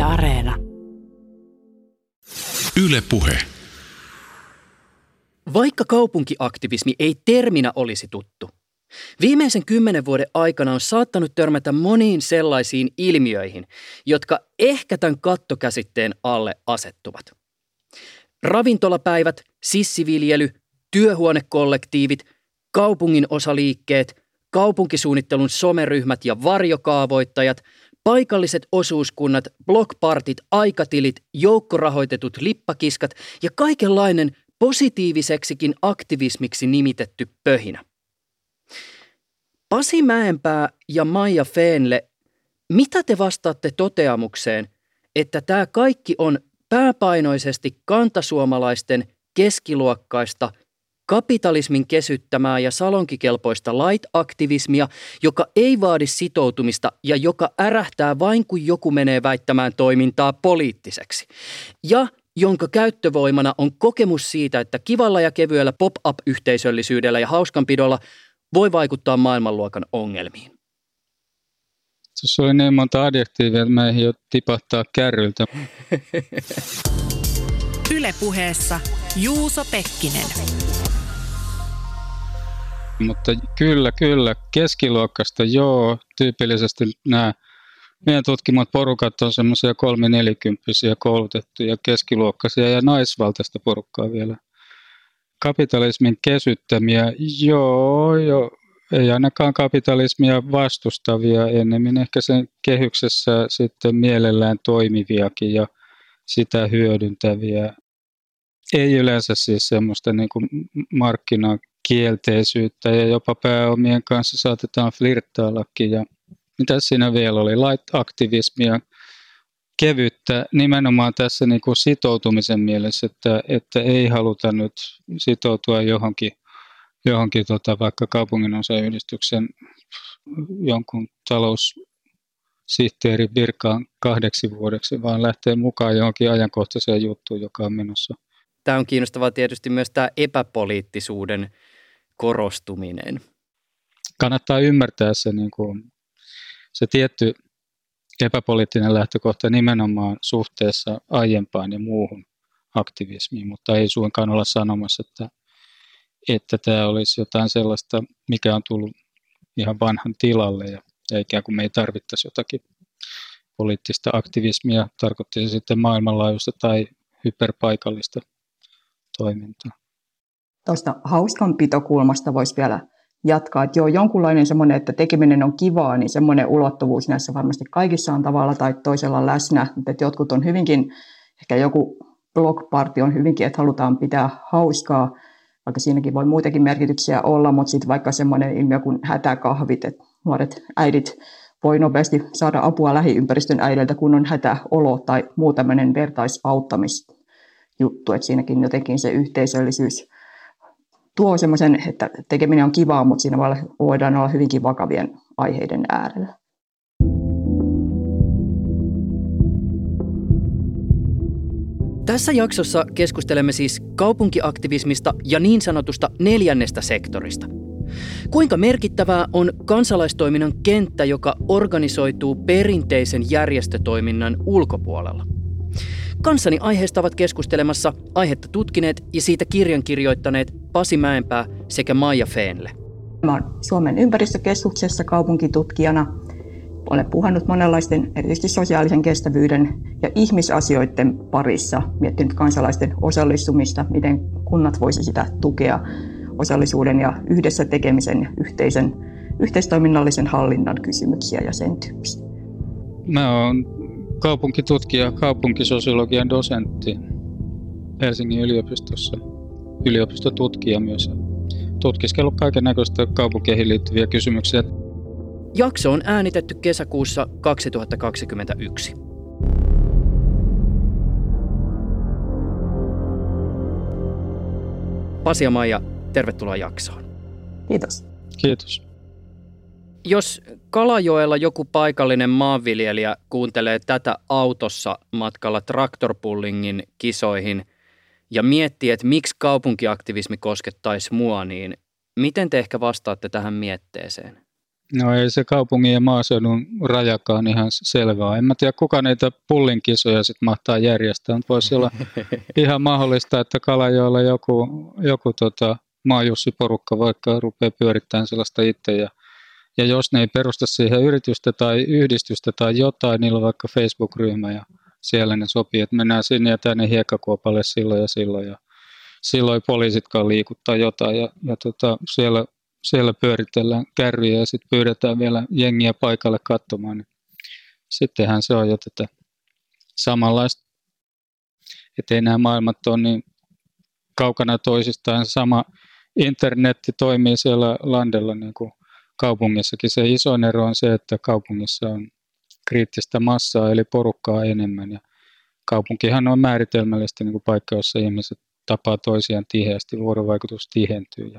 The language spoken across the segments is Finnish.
Areena. Yle Puhe. Vaikka kaupunkiaktivismi ei terminä olisi tuttu, viimeisen 10 vuoden aikana on saattanut törmätä moniin sellaisiin ilmiöihin, jotka ehkä tämän kattokäsitteen alle asettuvat. Ravintolapäivät, sissiviljely, työhuonekollektiivit, kaupungin osaliikkeet, kaupunkisuunnittelun someryhmät ja varjokaavoittajat, paikalliset osuuskunnat, blockpartit, aikatilit, joukkorahoitetut lippakiskat ja kaikenlainen positiiviseksikin aktivismiksi nimitetty pöhinä. Pasi Mäenpää ja Maija Fenle, mitä te vastaatte toteamukseen, että tämä kaikki on pääpainoisesti kantasuomalaisten keskiluokkaista, kapitalismin kesyttämää ja salonkikelpoista light-aktivismia, joka ei vaadi sitoutumista ja joka ärähtää vain kun joku menee väittämään toimintaa poliittiseksi. Ja jonka käyttövoimana on kokemus siitä, että kivalla ja kevyellä pop-up-yhteisöllisyydellä ja hauskanpidolla voi vaikuttaa maailmanluokan ongelmiin. Se oli niin monta adjektiivia, että mä ehdin jo tipahtaa kärryltä. Yle Puheessa Juuso Pekkinen. Mutta kyllä, keskiluokkasta joo, tyypillisesti nämä meidän tutkimat porukat on semmoisia 3-40-vuotiaita koulutettuja keskiluokkaisia ja naisvaltaista porukkaa vielä. Kapitalismin kesyttämiä, joo, ei ainakaan kapitalismia vastustavia, ennemmin ehkä sen kehyksessä sitten mielellään toimiviakin ja sitä hyödyntäviä. Ei yleensä siis semmoista niin kuin markkinakielteisyyttä ja jopa pääomien kanssa saatetaan flirttaillakin. Ja mitä siinä vielä oli? Light-aktivismia, kevyttä nimenomaan tässä niin kuin sitoutumisen mielessä, että ei haluta nyt sitoutua johonkin vaikka kaupunginosayhdistyksen jonkun taloussihteerin virkaan 2 vuodeksi, vaan lähtee mukaan johonkin ajankohtaiseen juttuun, joka on menossa. Tämä on kiinnostavaa tietysti myös tämä epäpoliittisuuden korostuminen. Kannattaa ymmärtää se tietty epäpoliittinen lähtökohta nimenomaan suhteessa aiempaan ja muuhun aktivismiin, mutta ei suinkaan olla sanomassa, että tämä olisi jotain sellaista, mikä on tullut ihan vanhan tilalle ja ikään kuin me ei tarvittaisi jotakin poliittista aktivismia, tarkoitti se sitten maailmanlaajuista tai hyperpaikallista toimintaa. Tuosta hauskanpitokulmasta voisi vielä jatkaa, että joo, jonkunlainen semmoinen, että tekeminen on kivaa, niin semmoinen ulottuvuus näissä varmasti kaikissa on tavalla tai toisella läsnä, että jotkut on hyvinkin, ehkä joku blockparty on hyvinkin, että halutaan pitää hauskaa, vaikka siinäkin voi muitakin merkityksiä olla, mutta sitten vaikka semmoinen ilmiö kuin hätäkahvit, että nuoret äidit voi nopeasti saada apua lähiympäristön äideiltä, kun on hätäolo tai muu tämmöinen vertaisauttamistjuttu, että siinäkin jotenkin se yhteisöllisyys tuo semmoisen, että tekeminen on kivaa, mutta siinä voidaan olla hyvinkin vakavien aiheiden äärellä. Tässä jaksossa keskustelemme siis kaupunkiaktivismista ja niin sanotusta 4. sektorista. Kuinka merkittävää on kansalaistoiminnan kenttä, joka organisoituu perinteisen järjestötoiminnan ulkopuolella? Kanssani aiheesta ovat keskustelemassa aihetta tutkineet ja siitä kirjan kirjoittaneet Pasi Mäenpää sekä Maija Fenle. Mä olen Suomen ympäristökeskuksessa kaupunkitutkijana. Olen puhunut monenlaisten, erityisesti sosiaalisen kestävyyden ja ihmisasioiden parissa, miettinyt kansalaisten osallistumista, miten kunnat voisivat sitä tukea, osallisuuden ja yhdessä tekemisen ja yhteistoiminnallisen hallinnan kysymyksiä ja sen tyyppistä. Mä oon kaupunkitutkija, kaupunkisosiologian dosentti Helsingin yliopistossa, yliopistotutkija myös. Tutkiskellut kaikennäköistä kaupunkeihin liittyviä kysymyksiä. Jakso on äänitetty kesäkuussa 2021. Pasi ja Maija, tervetuloa jaksoon. Kiitos. Kiitos. Jos Kalajoella joku paikallinen maanviljelijä kuuntelee tätä autossa matkalla traktorpullingin kisoihin ja miettii, että miksi kaupunkiaktivismi koskettaisi mua, niin miten te ehkä vastaatte tähän mietteeseen? No ei se kaupungin ja maaseudun rajakaan ihan selvää. En mä tiedä, kuka niitä pullinkisoja sitten mahtaa järjestää, mutta voisi olla ihan mahdollista, että Kalajoella joku maajussi-porukka vaikka rupeaa pyörittämään sellaista itse. Ja jos ne ei perusta siihen yritystä tai yhdistystä tai jotain, niillä on vaikka Facebook-ryhmä ja siellä ne sopii, että mennään sinne ja tänne hiekkakuopalle silloin ja silloin. Ja silloin poliisitkaan liikuttaa jotain ja siellä pyöritellään kärryjä ja sitten pyydetään vielä jengiä paikalle katsomaan. Niin sittenhän se on jo tätä samanlaista, ettei nämä maailmat ole niin kaukana toisistaan. Sama internetti toimii siellä landella niin kuin kaupungissakin. Se isoin ero on se, että kaupungissa on kriittistä massaa eli porukkaa enemmän. Ja kaupunkihan on määritelmällisesti niin kuin paikka, jossa ihmiset tapaa toisiaan tiheästi, vuorovaikutus tihentyy.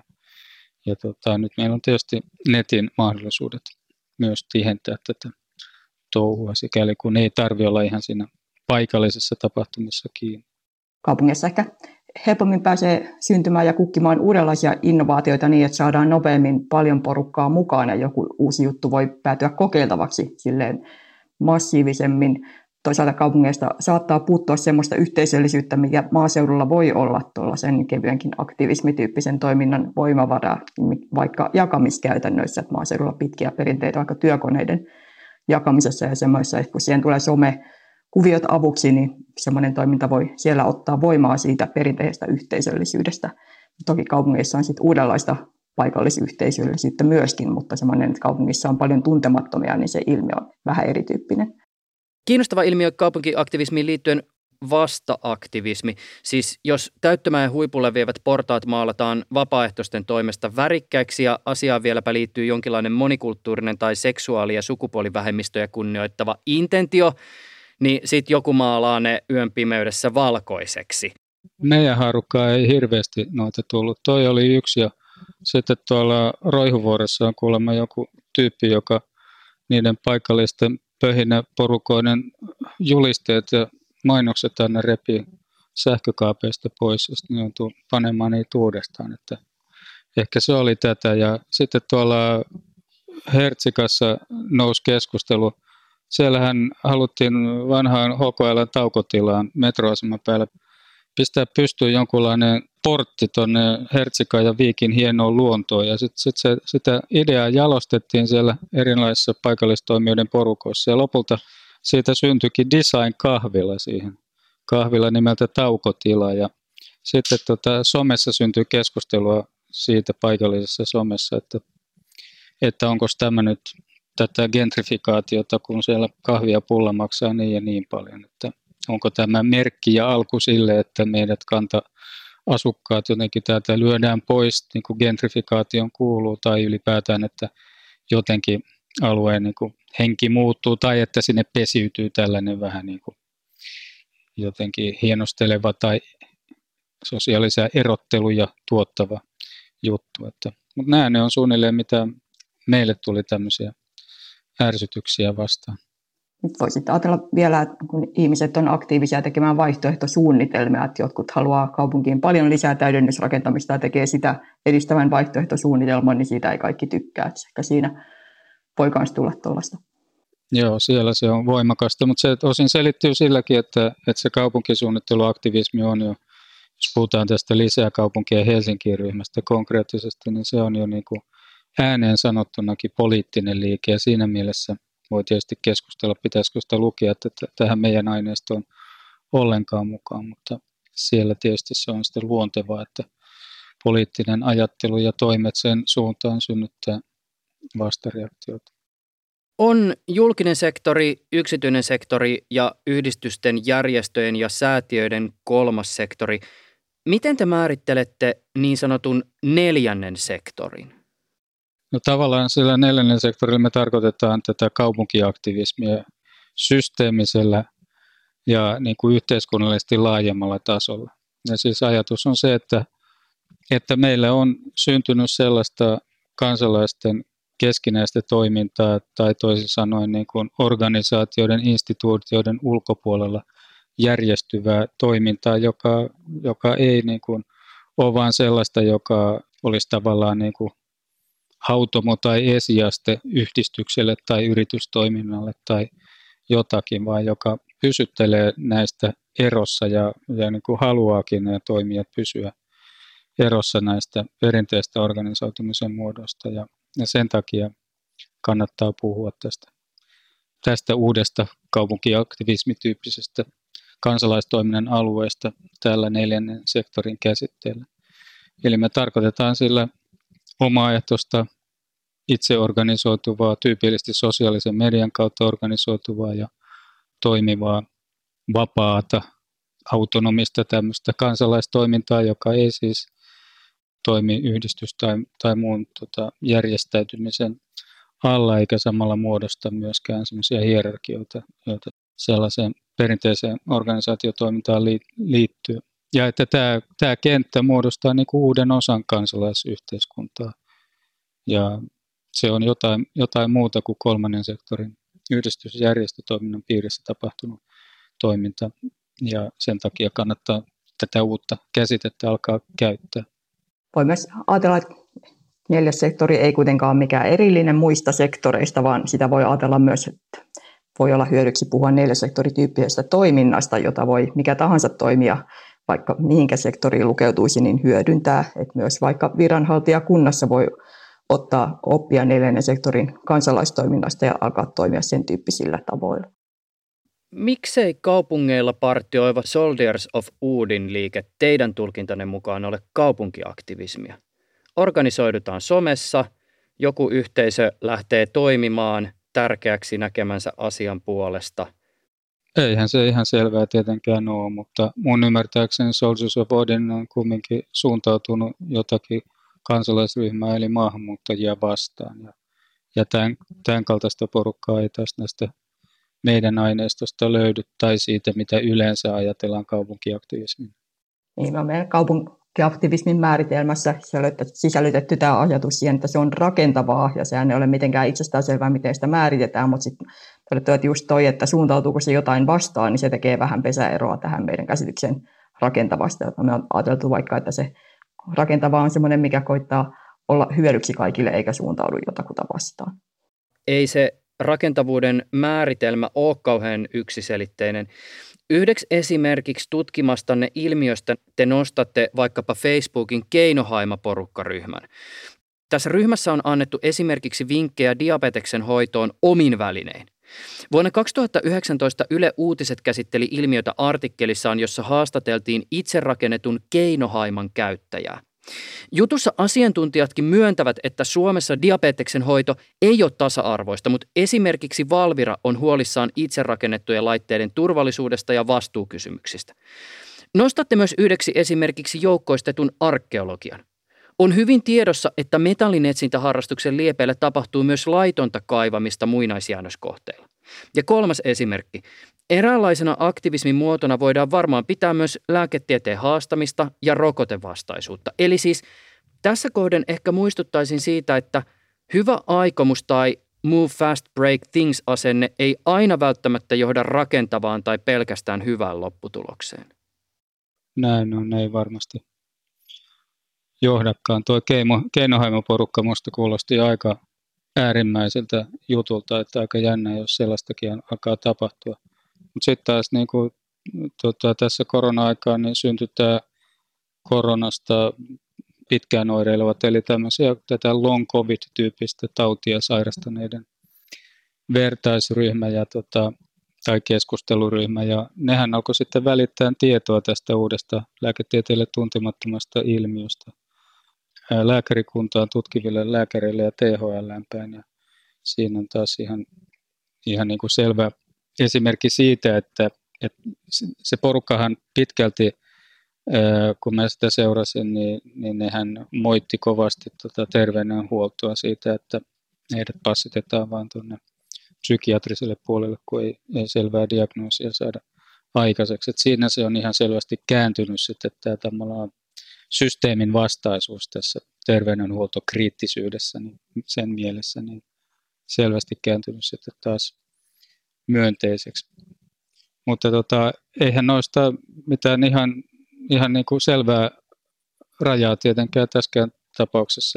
Ja nyt meillä on tietysti netin mahdollisuudet myös tihentää tätä touhua, sikäli kun ei tarvitse olla ihan siinä paikallisessa tapahtumassa kiinni. Kaupungissa ehkä helpommin pääsee syntymään ja kukkimaan uudenlaisia innovaatioita niin, että saadaan nopeammin paljon porukkaa mukaan ja joku uusi juttu voi päätyä kokeiltavaksi silleen massiivisemmin. Toisaalta kaupungeista saattaa puuttua sellaista yhteisöllisyyttä, mikä maaseudulla voi olla tuollaisen kevyenkin aktivismityyppisen toiminnan voimavara, vaikka jakamiskäytännöissä, että maaseudulla pitkiä perinteitä vaikka työkoneiden jakamisessa ja semmoissa, että kun siihen tulee somekuviot avuksi, niin semmoinen toiminta voi siellä ottaa voimaa siitä perinteisestä yhteisöllisyydestä. Toki kaupungeissa on sitten uudenlaista paikallisyhteisöllisyyttä myöskin, mutta semmoinen, että kaupungissa on paljon tuntemattomia, niin se ilmiö on vähän erityyppinen. Kiinnostava ilmiö kaupunkiaktivismiin liittyen vasta-aktivismi. Siis jos Täyttömäen huipulle vievät portaat maalataan vapaaehtoisten toimesta värikkäiksi ja asiaan vieläpä liittyy jonkinlainen monikulttuurinen tai seksuaali- ja sukupuolivähemmistöjä kunnioittava intentio, niin sitten joku maalaa ne yön pimeydessä valkoiseksi. Meidän harukkaa ei hirveästi noita tullut. Toi oli yksi ja sitten tuolla Roihuvuoressa on kuulemma joku tyyppi, joka niiden paikallisten pöhinäporukoiden julisteet ja mainokset aina repii sähkökaapeista pois ja sitten ne joutuu panemaan niitä uudestaan. Että ehkä se oli tätä. Ja sitten tuolla Hertsikassa nousi keskustelu. Siellähän haluttiin vanhaan HKL:n taukotilaan metroaseman päällä pistää pystyyn jonkunlainen portti tuonne Hertsikan ja Viikin hienoon luontoon. Ja sitten sitä ideaa jalostettiin siellä erilaisissa paikallistoimijoiden porukoissa. Ja lopulta siitä syntyikin design-kahvila siihen. Kahvila nimeltä Taukotila. Ja sitten somessa syntyi keskustelua siitä paikallisessa somessa, että onko tämä nyt tätä gentrifikaatiota, kun siellä kahvi ja pulla maksaa niin ja niin paljon. Että onko tämä merkki ja alku sille, että meidät kanta-asukkaat jotenkin täältä lyödään pois, niin kuin gentrifikaation kuuluu, tai ylipäätään, että jotenkin alueen niin kuin henki muuttuu, tai että sinne pesiytyy tällainen vähän niin kuin jotenkin hienosteleva tai sosiaalisia erotteluja tuottava juttu. Mutta nämä ne on suunnilleen, mitä meille tuli tämmöisiä ärsytyksiä vastaan. Nyt voisit ajatella vielä, että kun ihmiset on aktiivisia tekemään vaihtoehtosuunnitelmia, että jotkut haluaa kaupunkiin paljon lisää täydennysrakentamista ja tekee sitä edistävän vaihtoehtosuunnitelman, niin siitä ei kaikki tykkää. Että ehkä siinä voi myös tulla tuollaista. Joo, siellä se on voimakasta, mutta se osin selittyy silläkin, että se kaupunkisuunnitteluaktivismi on jo, jos puhutaan tästä lisää kaupunkien Helsinkiin ryhmästä konkreettisesti, niin se on jo niin kuin ääneen sanottunakin poliittinen liike ja siinä mielessä voi tietysti keskustella, pitäisikö sitä lukea, että tähän meidän aineistoon ollenkaan mukaan, mutta siellä tietysti se on sitten luontevaa, että poliittinen ajattelu ja toimet sen suuntaan synnyttää vastareaktiota. On julkinen sektori, yksityinen sektori ja yhdistysten, järjestöjen ja säätiöiden kolmas sektori. Miten te määrittelette niin sanotun neljännen sektorin? No tavallaan sillä neljännen sektorilla me tarkoitetaan tätä kaupunkiaktivismia systeemisellä ja niin kuin yhteiskunnallisesti laajemmalla tasolla. Ja siis ajatus on se, että meillä on syntynyt sellaista kansalaisten keskinäistä toimintaa tai toisin sanoen niin kuin organisaatioiden, instituutioiden ulkopuolella järjestyvää toimintaa, joka ei niin kuin ole vain sellaista, joka olisi tavallaan niin kuin hautomo tai esiaste yhdistykselle tai yritystoiminnalle tai jotakin, vaan joka pysyttelee näistä erossa ja niin kuin haluaakin ne toimijat pysyä erossa näistä perinteistä organisoitumisen muodosta. Ja sen takia kannattaa puhua tästä uudesta kaupunkiaktivismityyppisestä kansalaistoiminnan alueesta tällä 4. sektorin käsitteellä. Eli me tarkoitetaan sillä omaehtoista, itse organisoituvaa, tyypillisesti sosiaalisen median kautta organisoituvaa ja toimivaa, vapaata, autonomista tämmöistä kansalaistoimintaa, joka ei siis toimi yhdistys- tai muun järjestäytymisen alla, eikä samalla muodosta myöskään semmoisia hierarkioita, joita sellaiseen perinteiseen organisaatiotoimintaan liittyy. Ja että tämä kenttä muodostaa niin kuin uuden osan kansalaisyhteiskuntaa. Ja se on jotain muuta kuin 3. sektorin yhdistys- ja järjestötoiminnan piirissä tapahtunut toiminta. Ja sen takia kannattaa tätä uutta käsitettä alkaa käyttää. Voi myös ajatella, että 4. sektori ei kuitenkaan ole mikään erillinen muista sektoreista, vaan sitä voi ajatella myös, että voi olla hyödyksi puhua 4. sektorityyppisestä toiminnasta, jota voi mikä tahansa toimija, vaikka mihinkä sektoriin lukeutuisi, niin hyödyntää. Että myös vaikka viranhaltijakunnassa voi ottaa oppia 4. sektorin kansalaistoiminnasta ja alkaa toimia sen tyyppisillä tavoilla. Miksei kaupungeilla partioiva Soldiers of Odin -liike teidän tulkintanne mukaan ole kaupunkiaktivismia? Organisoidutaan somessa, joku yhteisö lähtee toimimaan tärkeäksi näkemänsä asian puolesta. Eihän se ihan selvää tietenkään ole, mutta mun ymmärtääkseni Soldiers of Odin on kumminkin suuntautunut jotakin kansalaisryhmää eli maahanmuuttajia vastaan. Ja tämän kaltaista porukkaa ei tästä näistä meidän aineistosta löydy tai siitä, mitä yleensä ajatellaan kaupunkiaktivismin. Niin, me on meidän kaupunkiaktivismin määritelmässä sisällytetty tämä ajatus siihen, että se on rakentavaa ja sehän ei ole mitenkään itsestäänselvää, miten sitä määritetään, mutta sitten todettu, että just toi, että suuntautuuko se jotain vastaan, niin se tekee vähän pesäeroa tähän meidän käsityksen rakentavasta. Me on ajateltu vaikka, että se rakentava on semmoinen, mikä koittaa olla hyödyksi kaikille eikä suuntaudu jotakuta vastaan. Ei se rakentavuuden määritelmä ole kauhean yksiselitteinen. Yhdeksi esimerkiksi tutkimastanne ilmiöstä te nostatte vaikkapa Facebookin Keinohaima-porukkaryhmän. Tässä ryhmässä on annettu esimerkiksi vinkkejä diabeteksen hoitoon omin välinein. Vuonna 2019 Yle Uutiset käsitteli ilmiötä artikkelissaan, jossa haastateltiin itse rakennetun Keinohaiman käyttäjää. Jutussa asiantuntijatkin myöntävät, että Suomessa diabeteksen hoito ei ole tasa-arvoista, mutta esimerkiksi Valvira on huolissaan itse rakennettujen laitteiden turvallisuudesta ja vastuukysymyksistä. Nostatte myös yhdeksi esimerkiksi joukkoistetun arkeologian. On hyvin tiedossa, että metallinetsintäharrastuksen liepeillä tapahtuu myös laitonta kaivamista muinaisjäännöskohteilla. Ja 3. esimerkki. Eräänlaisena aktivismin muotona voidaan varmaan pitää myös lääketieteen haastamista ja rokotevastaisuutta. Eli siis tässä kohden ehkä muistuttaisin siitä, että hyvä aikomus tai move fast break things -asenne ei aina välttämättä johda rakentavaan tai pelkästään hyvään lopputulokseen. Näin on, ei varmasti johdakaan. Tuo Keinohaima-porukka minusta kuulosti aika äärimmäiseltä jutulta, että aika jännä, jos sellaistakin alkaa tapahtua. Mutta sitten taas niin kuin, tässä korona-aikaan niin syntyi tämä koronasta pitkään oireilevat, eli tätä long covid-tyyppistä tautia sairastaneiden vertaisryhmä tai keskusteluryhmä, ja nehän alkoi sitten välittää tietoa tästä uudesta lääketieteelle tuntemattomasta ilmiöstä lääkärikuntaan tutkiville lääkäreille ja THL:ään päin, ja siinä on taas ihan niin kuin selvä esimerkki siitä, että se porukkahan pitkälti, kun mä sitä seurasin, niin nehän moitti kovasti terveydenhuoltoa siitä, että heidät passitetaan vaan tuonne psykiatriselle puolelle, kun ei selvää diagnoosia saada aikaiseksi. Et siinä se on ihan selvästi kääntynyt sitten tämä tavallaan systeemin vastaisuus tässä terveydenhuoltokriittisyydessä, niin sen mielessä niin selvästi kääntynyt sitten taas myönteiseksi. Mutta eihän noista mitään ihan niin kuin selvää rajaa tietenkään tässäkään tapauksessa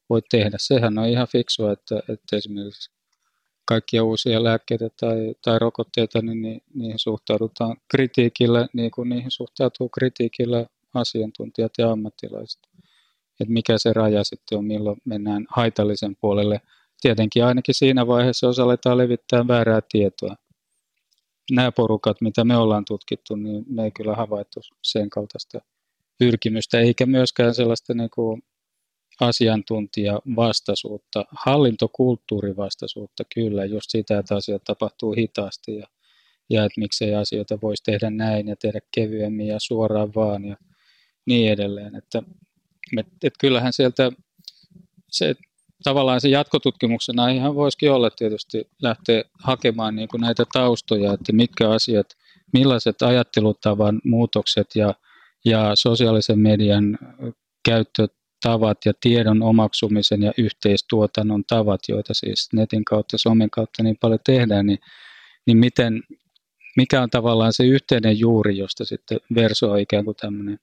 voi tehdä. Sehän on ihan fiksua, että esimerkiksi kaikkia uusia lääkkeitä tai rokotteita, niin niihin suhtaudutaan kritiikillä, niin kuin niihin suhtautuu kritiikillä asiantuntijat ja ammattilaiset. Että mikä se raja sitten on, milloin mennään haitallisen puolelle. Tietenkin ainakin siinä vaiheessa, jos aletaan levittää väärää tietoa. Nämä porukat, mitä me ollaan tutkittu, niin me ei kyllä havaittu sen kaltaista pyrkimystä, eikä myöskään sellaista niin kuin asiantuntijavastaisuutta, hallintokulttuurivastaisuutta kyllä, just sitä, että asiat tapahtuu hitaasti ja että miksei asioita voisi tehdä näin ja tehdä kevyemmin ja suoraan vaan ja niin edelleen. Että kyllähän sieltä se, tavallaan se jatkotutkimuksena ihan voisikin olla tietysti lähteä hakemaan niin kuin näitä taustoja, että mitkä asiat, millaiset ajattelutavan muutokset ja sosiaalisen median käyttötavat ja tiedon omaksumisen ja yhteistuotannon tavat, joita siis netin kautta, somen kautta niin paljon tehdään, niin mikä on tavallaan se yhteinen juuri, josta sitten versoa ikään kuin tämmöinen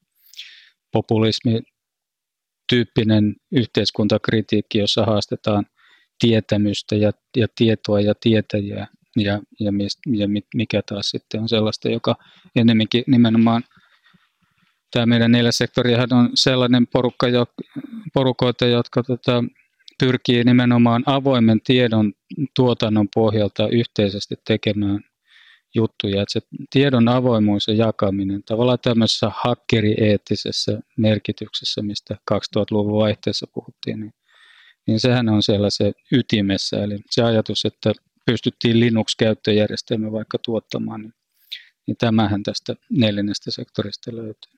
populismi-tyyppinen yhteiskuntakritiikki, jossa haastetaan tietämystä ja tietoa ja tietäjiä ja mikä taas sitten on sellaista, joka ennemminkin nimenomaan tämä meidän 4 sektoriahan on sellainen porukoita, jotka pyrkii nimenomaan avoimen tiedon tuotannon pohjalta yhteisesti tekemään juttuja. Että se tiedon avoimuus ja jakaminen tavallaan tämmöisessä hakkerieettisessä merkityksessä, mistä 2000-luvun vaihteessa puhuttiin, niin sehän on siellä se ytimessä. Eli se ajatus, että pystyttiin Linux-käyttöjärjestelmä vaikka tuottamaan, niin tämähän tästä 4. sektorista löytyy.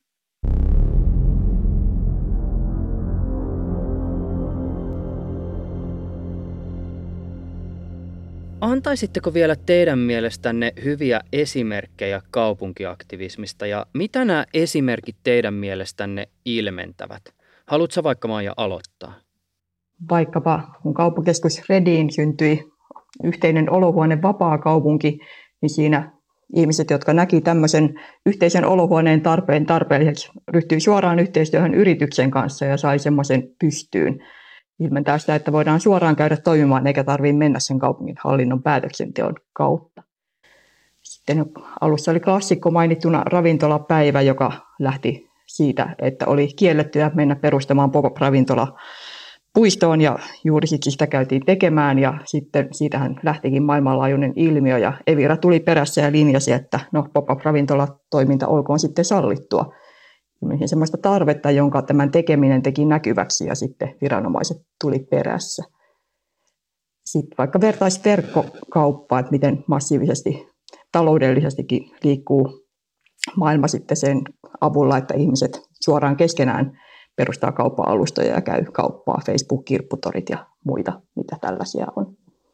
Antaisitteko vielä teidän mielestänne hyviä esimerkkejä kaupunkiaktivismista ja mitä nämä esimerkit teidän mielestänne ilmentävät? Haluatko vaikka Maija aloittaa? Vaikkapa kun kauppakeskus Rediin syntyi yhteinen olohuone Vapaa kaupunki, niin siinä ihmiset, jotka näki tämmöisen yhteisen olohuoneen tarpeelliseksi, ryhtyi suoraan yhteistyöhön yrityksen kanssa ja sai semmoisen pystyyn. Ilmentää sitä, että voidaan suoraan käydä toimimaan eikä tarvitse mennä sen kaupungin hallinnon päätöksenteon kautta. Sitten alussa oli klassikko mainittuna ravintolapäivä, joka lähti siitä, että oli kiellettyä mennä perustamaan pop-up-ravintola puistoon ja juuri siksi sitä käytiin tekemään ja sitten siitähän lähtikin maailmanlaajuinen ilmiö ja Evira tuli perässä ja linjasi, että pop-up-ravintolatoiminta olkoon sitten sallittua. Semmoista tarvetta, jonka tämän tekeminen teki näkyväksi ja sitten viranomaiset tuli perässä. Sitten vaikka vertaisi verkkokauppaa, että miten massiivisesti taloudellisestikin liikkuu maailma sitten sen avulla, että ihmiset suoraan keskenään perustaa kauppa-alustoja ja käy kauppaa, Facebook-kirpputorit ja muita, mitä tällaisia on.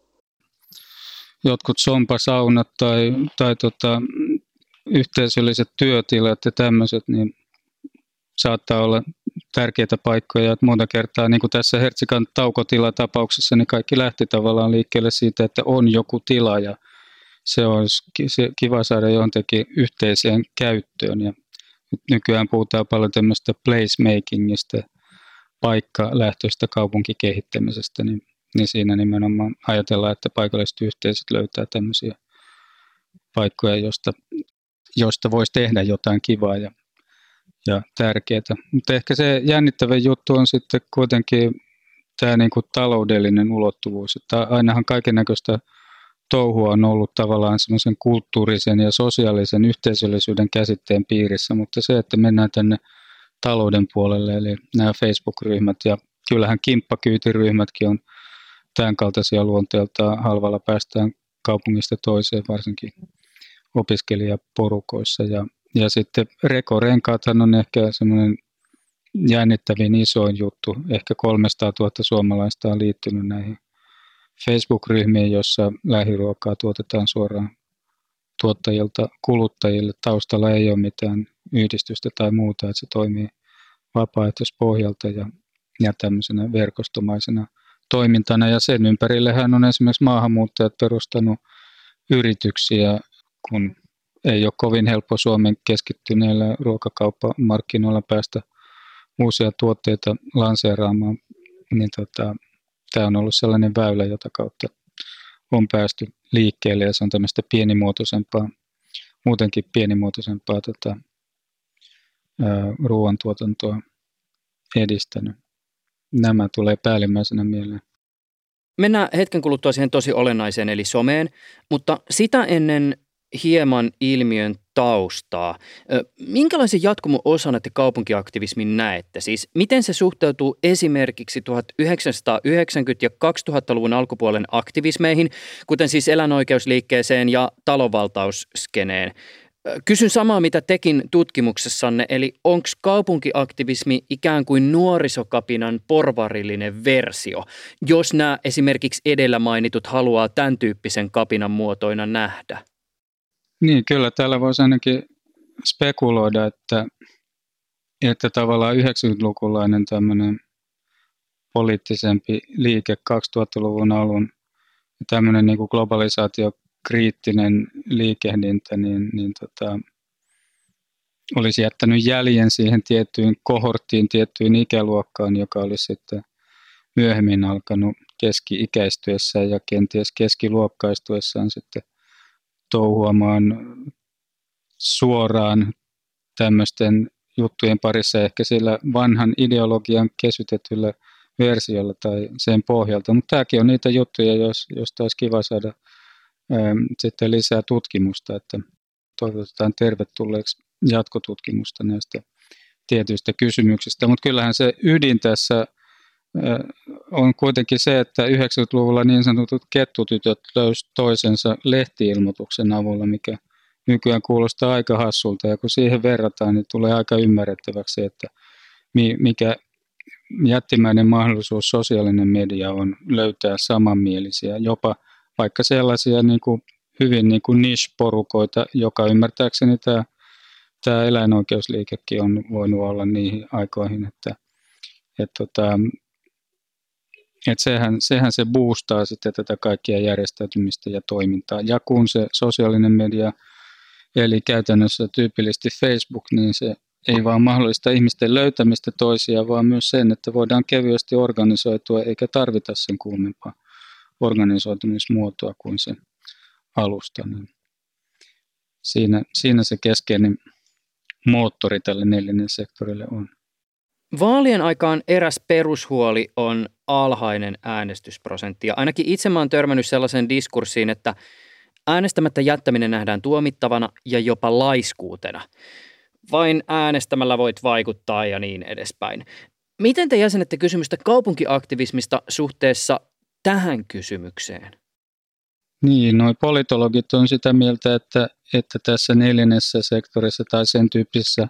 Jotkut sompasaunat tai yhteisölliset työtilat ja tämmöiset, niin saattaa olla tärkeitä paikkoja. Että monta kertaa, niin kuin tässä Hertsikan taukotilatapauksessa, niin kaikki lähti tavallaan liikkeelle siitä, että on joku tila ja se olisi kiva saada johonkin yhteiseen käyttöön. Ja nykyään puhutaan paljon tämmöistä placemakingista, paikkalähtöistä kaupunkikehittämisestä, niin siinä nimenomaan ajatellaan, että paikalliset yhteisöt löytää tämmöisiä paikkoja, josta voisi tehdä jotain kivaa ja tärkeää. Mutta ehkä se jännittävä juttu on sitten kuitenkin tämä niin kuin taloudellinen ulottuvuus, että ainahan kaikennäköistä touhua on ollut tavallaan semmoisen kulttuurisen ja sosiaalisen yhteisöllisyyden käsitteen piirissä, mutta se, että mennään tänne talouden puolelle, eli nämä Facebook-ryhmät ja kyllähän kimppakyytiryhmätkin on tämän kaltaisia luonteeltaan, halvalla päästään kaupungista toiseen, varsinkin opiskelijaporukoissa. Ja sitten rekorenkaathan on ehkä semmoinen jännittävin isoin juttu. Ehkä 300 000 suomalaista on liittynyt näihin Facebook-ryhmiin, jossa lähiruokaa tuotetaan suoraan tuottajilta kuluttajille. Taustalla ei ole mitään yhdistystä tai muuta, että se toimii vapaaehtoispohjalta ja tämmöisenä verkostomaisena toimintana. Ja sen ympärillehän on esimerkiksi maahanmuuttajat perustanut yrityksiä, kun ei ole kovin helppo Suomen keskittyneillä ruokakauppamarkkinoilla päästä uusia tuotteita lanseeraamaan tämä on ollut sellainen väylä, jota kautta on päästy liikkeelle ja se on tämmöistä muutenkin pienimuotoisempaa ruoantuotantoa edistänyt. Nämä tulee päällimmäisenä mieleen. Mennään hetken kuluttua siihen tosi olennaiseen eli someen, mutta sitä ennen hieman ilmiön taustaa. Minkälaisen jatkumon osana te kaupunkiaktivismin näette? Siis miten se suhteutuu esimerkiksi 1990- ja 2000-luvun alkupuolen aktivismeihin, kuten siis eläinoikeusliikkeeseen ja talonvaltausskeneen? Kysyn samaa, mitä tekin tutkimuksessanne, eli onko kaupunkiaktivismi ikään kuin nuorisokapinan porvarillinen versio, jos nämä esimerkiksi edellä mainitut haluaa tämän tyyppisen kapinan muotoina nähdä? Niin, kyllä täällä voisi ainakin spekuloida, että tavallaan 90-lukulainen tämmöinen poliittisempi liike 2000-luvun alun, tämmöinen niin kuin globalisaatiokriittinen liikehdintä, olisi jättänyt jäljen siihen tiettyyn kohorttiin, tiettyyn ikäluokkaan, joka olisi sitten myöhemmin alkanut keski-ikäistyessään ja kenties keskiluokkaistuessaan sitten touhuamaan suoraan tämmöisten juttujen parissa ehkä sillä vanhan ideologian kesytetyllä versiolla tai sen pohjalta. Mutta tämäkin on niitä juttuja, joista olisi kiva saada sitten lisää tutkimusta, että toivotetaan tervetulleeksi jatkotutkimusta näistä tietyistä kysymyksistä. Mutta kyllähän se ydin tässä on kuitenkin se, että 90-luvulla niin sanotut kettutytöt löysivät toisensa lehti-ilmoituksen avulla, mikä nykyään kuulostaa aika hassulta. Ja kun siihen verrataan, niin tulee aika ymmärrettäväksi, että mikä jättimäinen mahdollisuus sosiaalinen media on löytää samanmielisiä, jopa vaikka sellaisia niin kuin, hyvin niin kuin niche-porukoita, joka ymmärtääkseni tämä eläinoikeusliikekin on voinut olla niihin aikoihin, että sehän se boostaa sitten tätä kaikkia järjestäytymistä ja toimintaa. Ja kun se sosiaalinen media, eli käytännössä tyypillisesti Facebook, niin se ei vaan mahdollista ihmisten löytämistä toisiaan, vaan myös sen, että voidaan kevyesti organisoitua, eikä tarvita sen kuumempaa organisoitumismuotoa kuin se alusta. Niin siinä se keskeinen moottori tälle neljännen sektorille on. Vaalien aikaan eräs perushuoli on alhainen äänestysprosentti. Ja ainakin itse mä oon törmännyt sellaisen diskurssiin, että äänestämättä jättäminen nähdään tuomittavana ja jopa laiskuutena. Vain äänestämällä voit vaikuttaa ja niin edespäin. Miten te jäsenette kysymystä kaupunkiaktivismista suhteessa tähän kysymykseen? Niin, noi politologit on sitä mieltä, että tässä neljännessä sektorissa tai sen tyyppisessä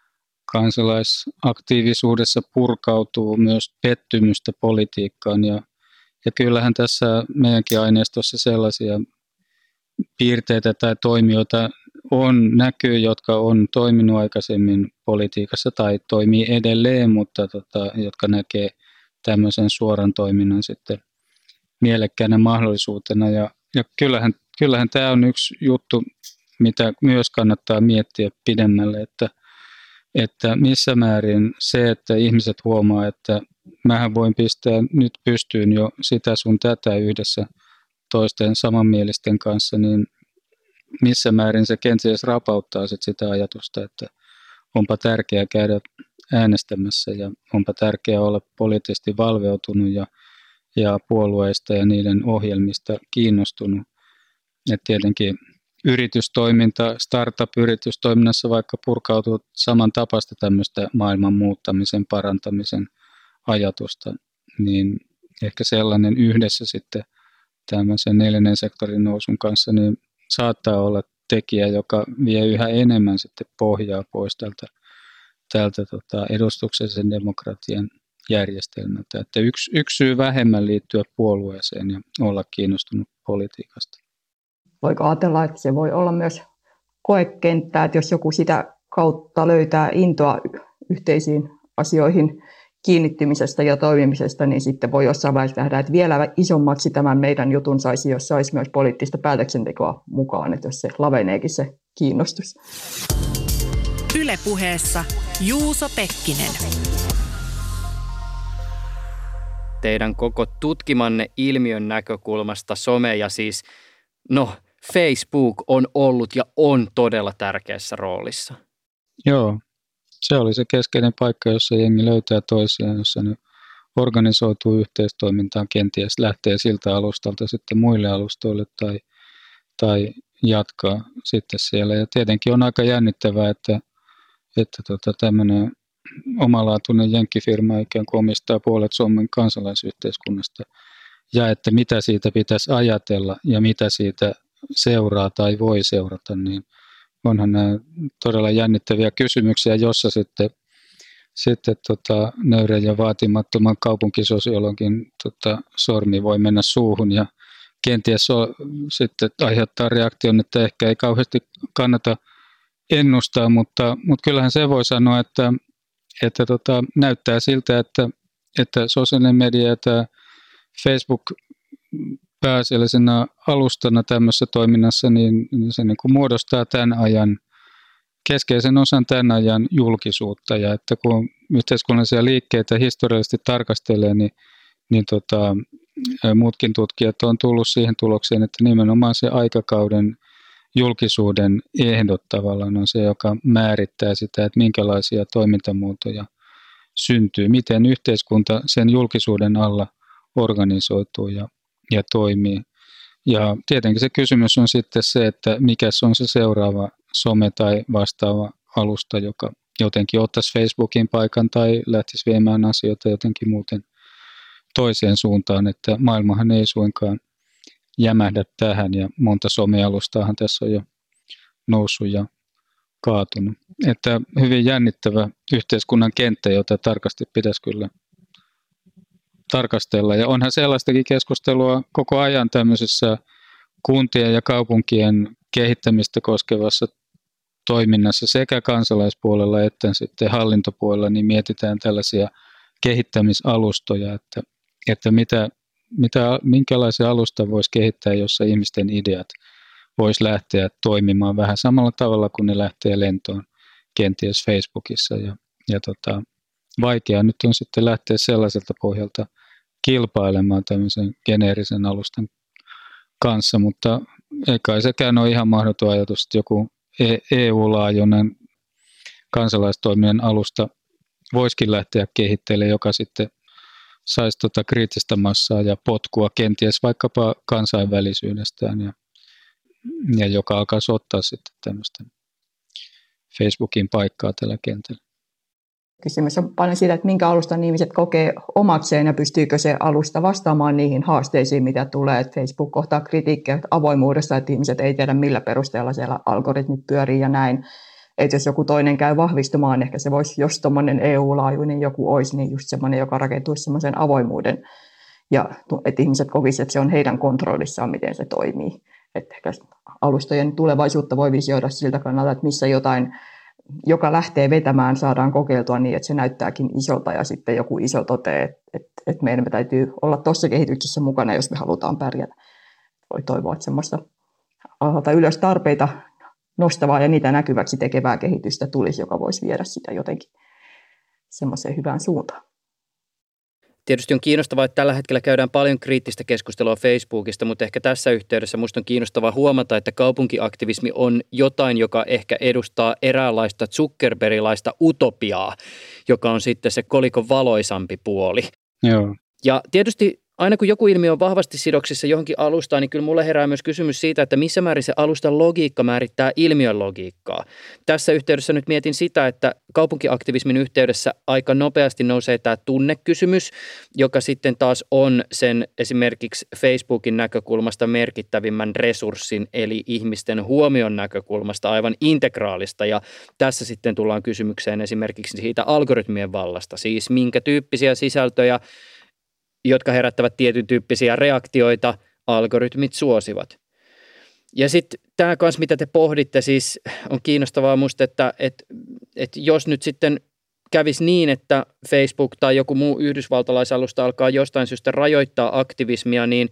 kansalaisaktiivisuudessa purkautuu myös pettymystä politiikkaan. Ja kyllähän tässä meidänkin aineistossa sellaisia piirteitä tai toimijoita näkyy, jotka on toiminut aikaisemmin politiikassa tai toimii edelleen, mutta jotka näkee tämmöisen suoran toiminnan sitten mielekkäänä mahdollisuutena. Ja kyllähän tämä on yksi juttu, mitä myös kannattaa miettiä pidemmälle, että missä määrin se, että ihmiset huomaa, että mähän voin pistää nyt pystyyn jo sitä sun tätä yhdessä toisten samanmielisten kanssa, niin missä määrin se kenties rapauttaa sitä ajatusta, että onpa tärkeää käydä äänestämässä ja onpa tärkeää olla poliittisesti valveutunut ja puolueista ja niiden ohjelmista kiinnostunut. Et tietenkin yritystoiminta, startup-yritystoiminnassa vaikka purkautuu samantapaista tämmöistä maailman muuttamisen, parantamisen ajatusta, niin ehkä sellainen yhdessä sitten tämmöisen neljännen sektorin nousun kanssa, niin saattaa olla tekijä, joka vie yhä enemmän sitten pohjaa pois tältä edustuksellisen demokratian järjestelmältä. Että yksi syy vähemmän liittyä puolueeseen ja olla kiinnostunut politiikasta. Voiko ajatella, että se voi olla myös koekenttää, että jos joku sitä kautta löytää intoa yhteisiin asioihin kiinnittymisestä ja toimimisesta, niin sitten voi jossain vaiheessa nähdä, että vielä isommaksi tämän meidän jutun saisi, jos saisi myös poliittista päätöksentekoa mukaan, että jos se laveneekin se kiinnostus. Yle Puheessa Juuso Pekkinen. teidän koko tutkimanne ilmiön näkökulmasta some ja siis, Facebook on ollut ja on todella tärkeässä roolissa. Joo, se oli se keskeinen paikka, jossa jengi löytää toisiaan, jossa ne organisoituu yhteistoimintaan, kenties lähtee siltä alustalta sitten muille alustoille tai jatkaa sitten siellä. Ja tietenkin on aika jännittävää, että tämmöinen omalaatuinen jenkkifirma ikään kuin omistaa puolet Suomen kansalaisyhteiskunnasta ja että mitä siitä pitäisi ajatella ja mitä siitä seuraa tai voi seurata, niin onhan nämä todella jännittäviä kysymyksiä, jossa sitten nöyrän ja vaatimattoman kaupunkisosiologin sormi voi mennä suuhun ja kenties sitten aiheuttaa reaktion, että ehkä ei kauheasti kannata ennustaa, mutta kyllähän se voi sanoa, että näyttää siltä, että sosiaalinen media ja tämä Facebook pääasiallisena alustana tämmöisessä toiminnassa, niin se niin kuin muodostaa tämän ajan, keskeisen osan tämän ajan julkisuutta. Ja että kun yhteiskunnallisia liikkeitä historiallisesti tarkastelee, niin muutkin tutkijat on tullut siihen tulokseen, että nimenomaan se aikakauden julkisuuden ehdot tavallaan on se, joka määrittää sitä, että minkälaisia toimintamuotoja syntyy, miten yhteiskunta sen julkisuuden alla organisoituu ja toimii. Ja tietenkin se kysymys on sitten se, että mikä on se seuraava some tai vastaava alusta, joka jotenkin ottaisi Facebookin paikan tai lähtisi viemään asioita jotenkin muuten toiseen suuntaan, että maailmahan ei suinkaan jämähdä tähän ja monta somealustaahan tässä on jo noussut ja kaatunut. Että hyvin jännittävä yhteiskunnan kenttä, jota tarkasti pitäisi kyllä tarkastella. Ja onhan sellaistakin keskustelua koko ajan tämmöisessä kuntien ja kaupunkien kehittämistä koskevassa toiminnassa sekä kansalaispuolella että sitten hallintopuolella, niin mietitään tällaisia kehittämisalustoja, että minkälaisia alusta voisi kehittää, jossa ihmisten ideat voisi lähteä toimimaan vähän samalla tavalla kuin ne lähtee lentoon kenties Facebookissa. Ja vaikea nyt on sitten lähteä sellaiselta pohjalta kilpailemaan tämmöisen geneerisen alustan kanssa, mutta ei kai sekään ole ihan mahdoton ajatus, että joku EU-laajuinen kansalaistoiminnan alusta voisikin lähteä kehittelemään, joka sitten saisi kriittistä massaa ja potkua kenties vaikkapa kansainvälisyydestään ja joka alkaisi ottaa sitten tämmöistä Facebookin paikkaa tällä kentällä. Kysymys on paljon siitä, että minkä alustan ihmiset kokee omakseen ja pystyykö se alusta vastaamaan niihin haasteisiin, mitä tulee. Että Facebook kohtaa kritiikkiä avoimuudesta, että ihmiset ei tiedä millä perusteella siellä algoritmit pyörii ja näin. Että jos joku toinen käy vahvistumaan, ehkä se voisi, jos tuommoinen EU-laajuinen joku olisi, niin just semmoinen, joka rakentuisi semmoisen avoimuuden. Ja että ihmiset kokisivat, että se on heidän kontrollissaan, miten se toimii. Että ehkä alustojen tulevaisuutta voi visioida siltä kannalta, että missä jotain, joka lähtee vetämään, saadaan kokeiltua niin, että se näyttääkin isolta ja sitten joku iso toteaa, että meidän täytyy olla tuossa kehityksessä mukana, jos me halutaan pärjätä. Voi toivoa, että semmoista alhaalta ylös tarpeita nostavaa ja niitä näkyväksi tekevää kehitystä tulisi, joka voisi viedä sitä jotenkin semmoiseen hyvään suuntaan. Tietysti on kiinnostavaa, että tällä hetkellä käydään paljon kriittistä keskustelua Facebookista, mutta ehkä tässä yhteydessä minusta on kiinnostavaa huomata, että kaupunkiaktivismi on jotain, joka ehkä edustaa eräänlaista Zuckerbergilaista utopiaa, joka on sitten se kolikon valoisampi puoli. Joo. Ja tietysti aina kun joku ilmiö on vahvasti sidoksissa johonkin alustaan, niin kyllä mulle herää myös kysymys siitä, että missä määrin se alustan logiikka määrittää ilmiön logiikkaa. Tässä yhteydessä nyt mietin sitä, että kaupunkiaktivismin yhteydessä aika nopeasti nousee tämä tunnekysymys, joka sitten taas on sen esimerkiksi Facebookin näkökulmasta merkittävimmän resurssin, eli ihmisten huomion näkökulmasta aivan integraalista. Ja tässä sitten tullaan kysymykseen esimerkiksi siitä algoritmien vallasta, siis minkä tyyppisiä sisältöjä, jotka herättävät tietyn tyyppisiä reaktioita, algoritmit suosivat. Ja sitten tämä kanssa, mitä te pohditte, siis on kiinnostavaa musta, että jos nyt sitten kävisi niin, että Facebook tai joku muu yhdysvaltalaisalusta alkaa jostain syystä rajoittaa aktivismia, niin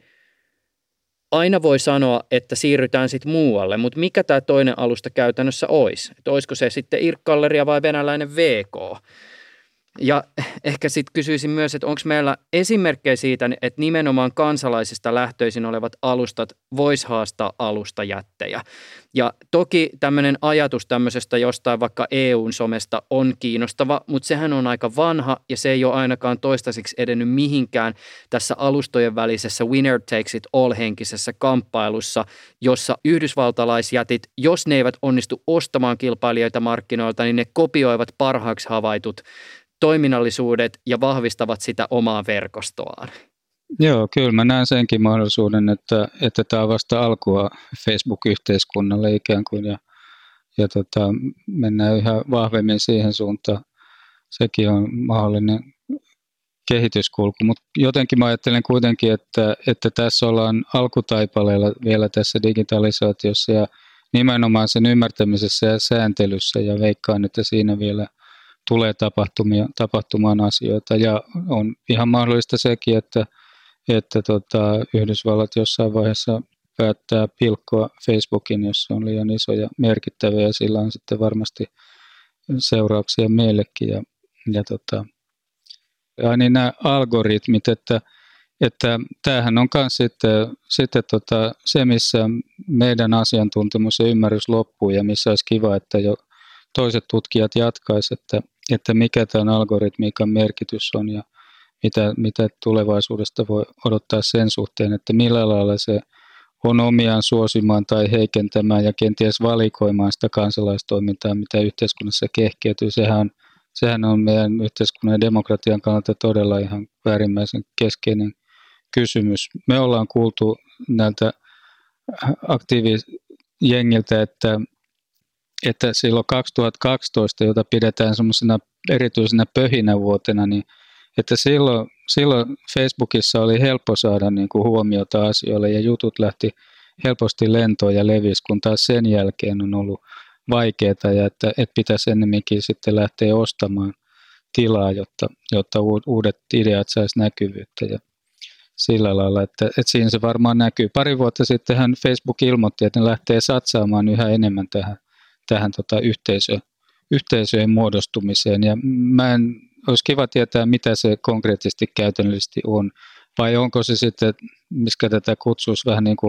aina voi sanoa, että siirrytään sitten muualle, mutta mikä tämä toinen alusta käytännössä olisi? Että olisiko se sitten IRC-galleria vai venäläinen VK? Ja ehkä sitten kysyisin myös, että onko meillä esimerkkejä siitä, että nimenomaan kansalaisista lähtöisin olevat alustat vois haastaa alustajättejä. Ja toki tämmöinen ajatus tämmöisestä jostain vaikka EU-somesta on kiinnostava, mutta sehän on aika vanha ja se ei ole ainakaan toistaiseksi edennyt mihinkään tässä alustojen välisessä winner takes it all -henkisessä kamppailussa, jossa yhdysvaltalaisjätit, jos ne eivät onnistu ostamaan kilpailijoita markkinoilta, niin ne kopioivat parhaaksi havaitut toiminnallisuudet ja vahvistavat sitä omaa verkostoaan. Joo, kyllä mä näen senkin mahdollisuuden, että tämä on vasta alkua Facebook-yhteiskunnalle ikään kuin ja mennään yhä vahvemmin siihen suuntaan. Sekin on mahdollinen kehityskulku, mutta jotenkin mä ajattelen kuitenkin, että tässä ollaan alkutaipaleella vielä tässä digitalisaatiossa ja nimenomaan sen ymmärtämisessä ja sääntelyssä ja veikkaan, että siinä vielä tulee tapahtumaan asioita ja on ihan mahdollista sekin, että Yhdysvallat jossain vaiheessa päättää pilkkoa Facebookin, jos se on liian iso ja merkittävä ja sillä on sitten varmasti seurauksia meillekin ja niin nämä algoritmit, että tämähän on myös sitten se, missä meidän asiantuntemus ja ymmärrys loppuu ja missä olisi kiva, että jo toiset tutkijat jatkaisivat, että mikä tämän algoritmiikan merkitys on ja mitä tulevaisuudesta voi odottaa sen suhteen, että millä lailla se on omiaan suosimaan tai heikentämään ja kenties valikoimaan sitä kansalaistoimintaa, mitä yhteiskunnassa kehkeytyy. Sehän on meidän yhteiskunnan ja demokratian kannalta todella ihan äärimmäisen keskeinen kysymys. Me ollaan kuultu näiltä aktiivijengiltä, että silloin 2012, jota pidetään semmoisena erityisenä pöhinävuotena, niin että silloin Facebookissa oli helppo saada niin kuin huomiota asioille ja jutut lähti helposti lentoon ja levisi, kun taas sen jälkeen on ollut vaikeaa ja että pitäisi ennemminkin sitten lähteä ostamaan tilaa, jotta uudet ideat saisi näkyvyyttä ja sillä lailla, että siinä se varmaan näkyy. Pari vuotta sittenhän Facebook ilmoitti, että ne lähtee satsaamaan yhä enemmän tähän yhteisöjen muodostumiseen ja olisi kiva tietää, mitä se konkreettisesti käytännöllisesti on, vai onko se sitten, miskä tätä kutsuisi vähän niin kuin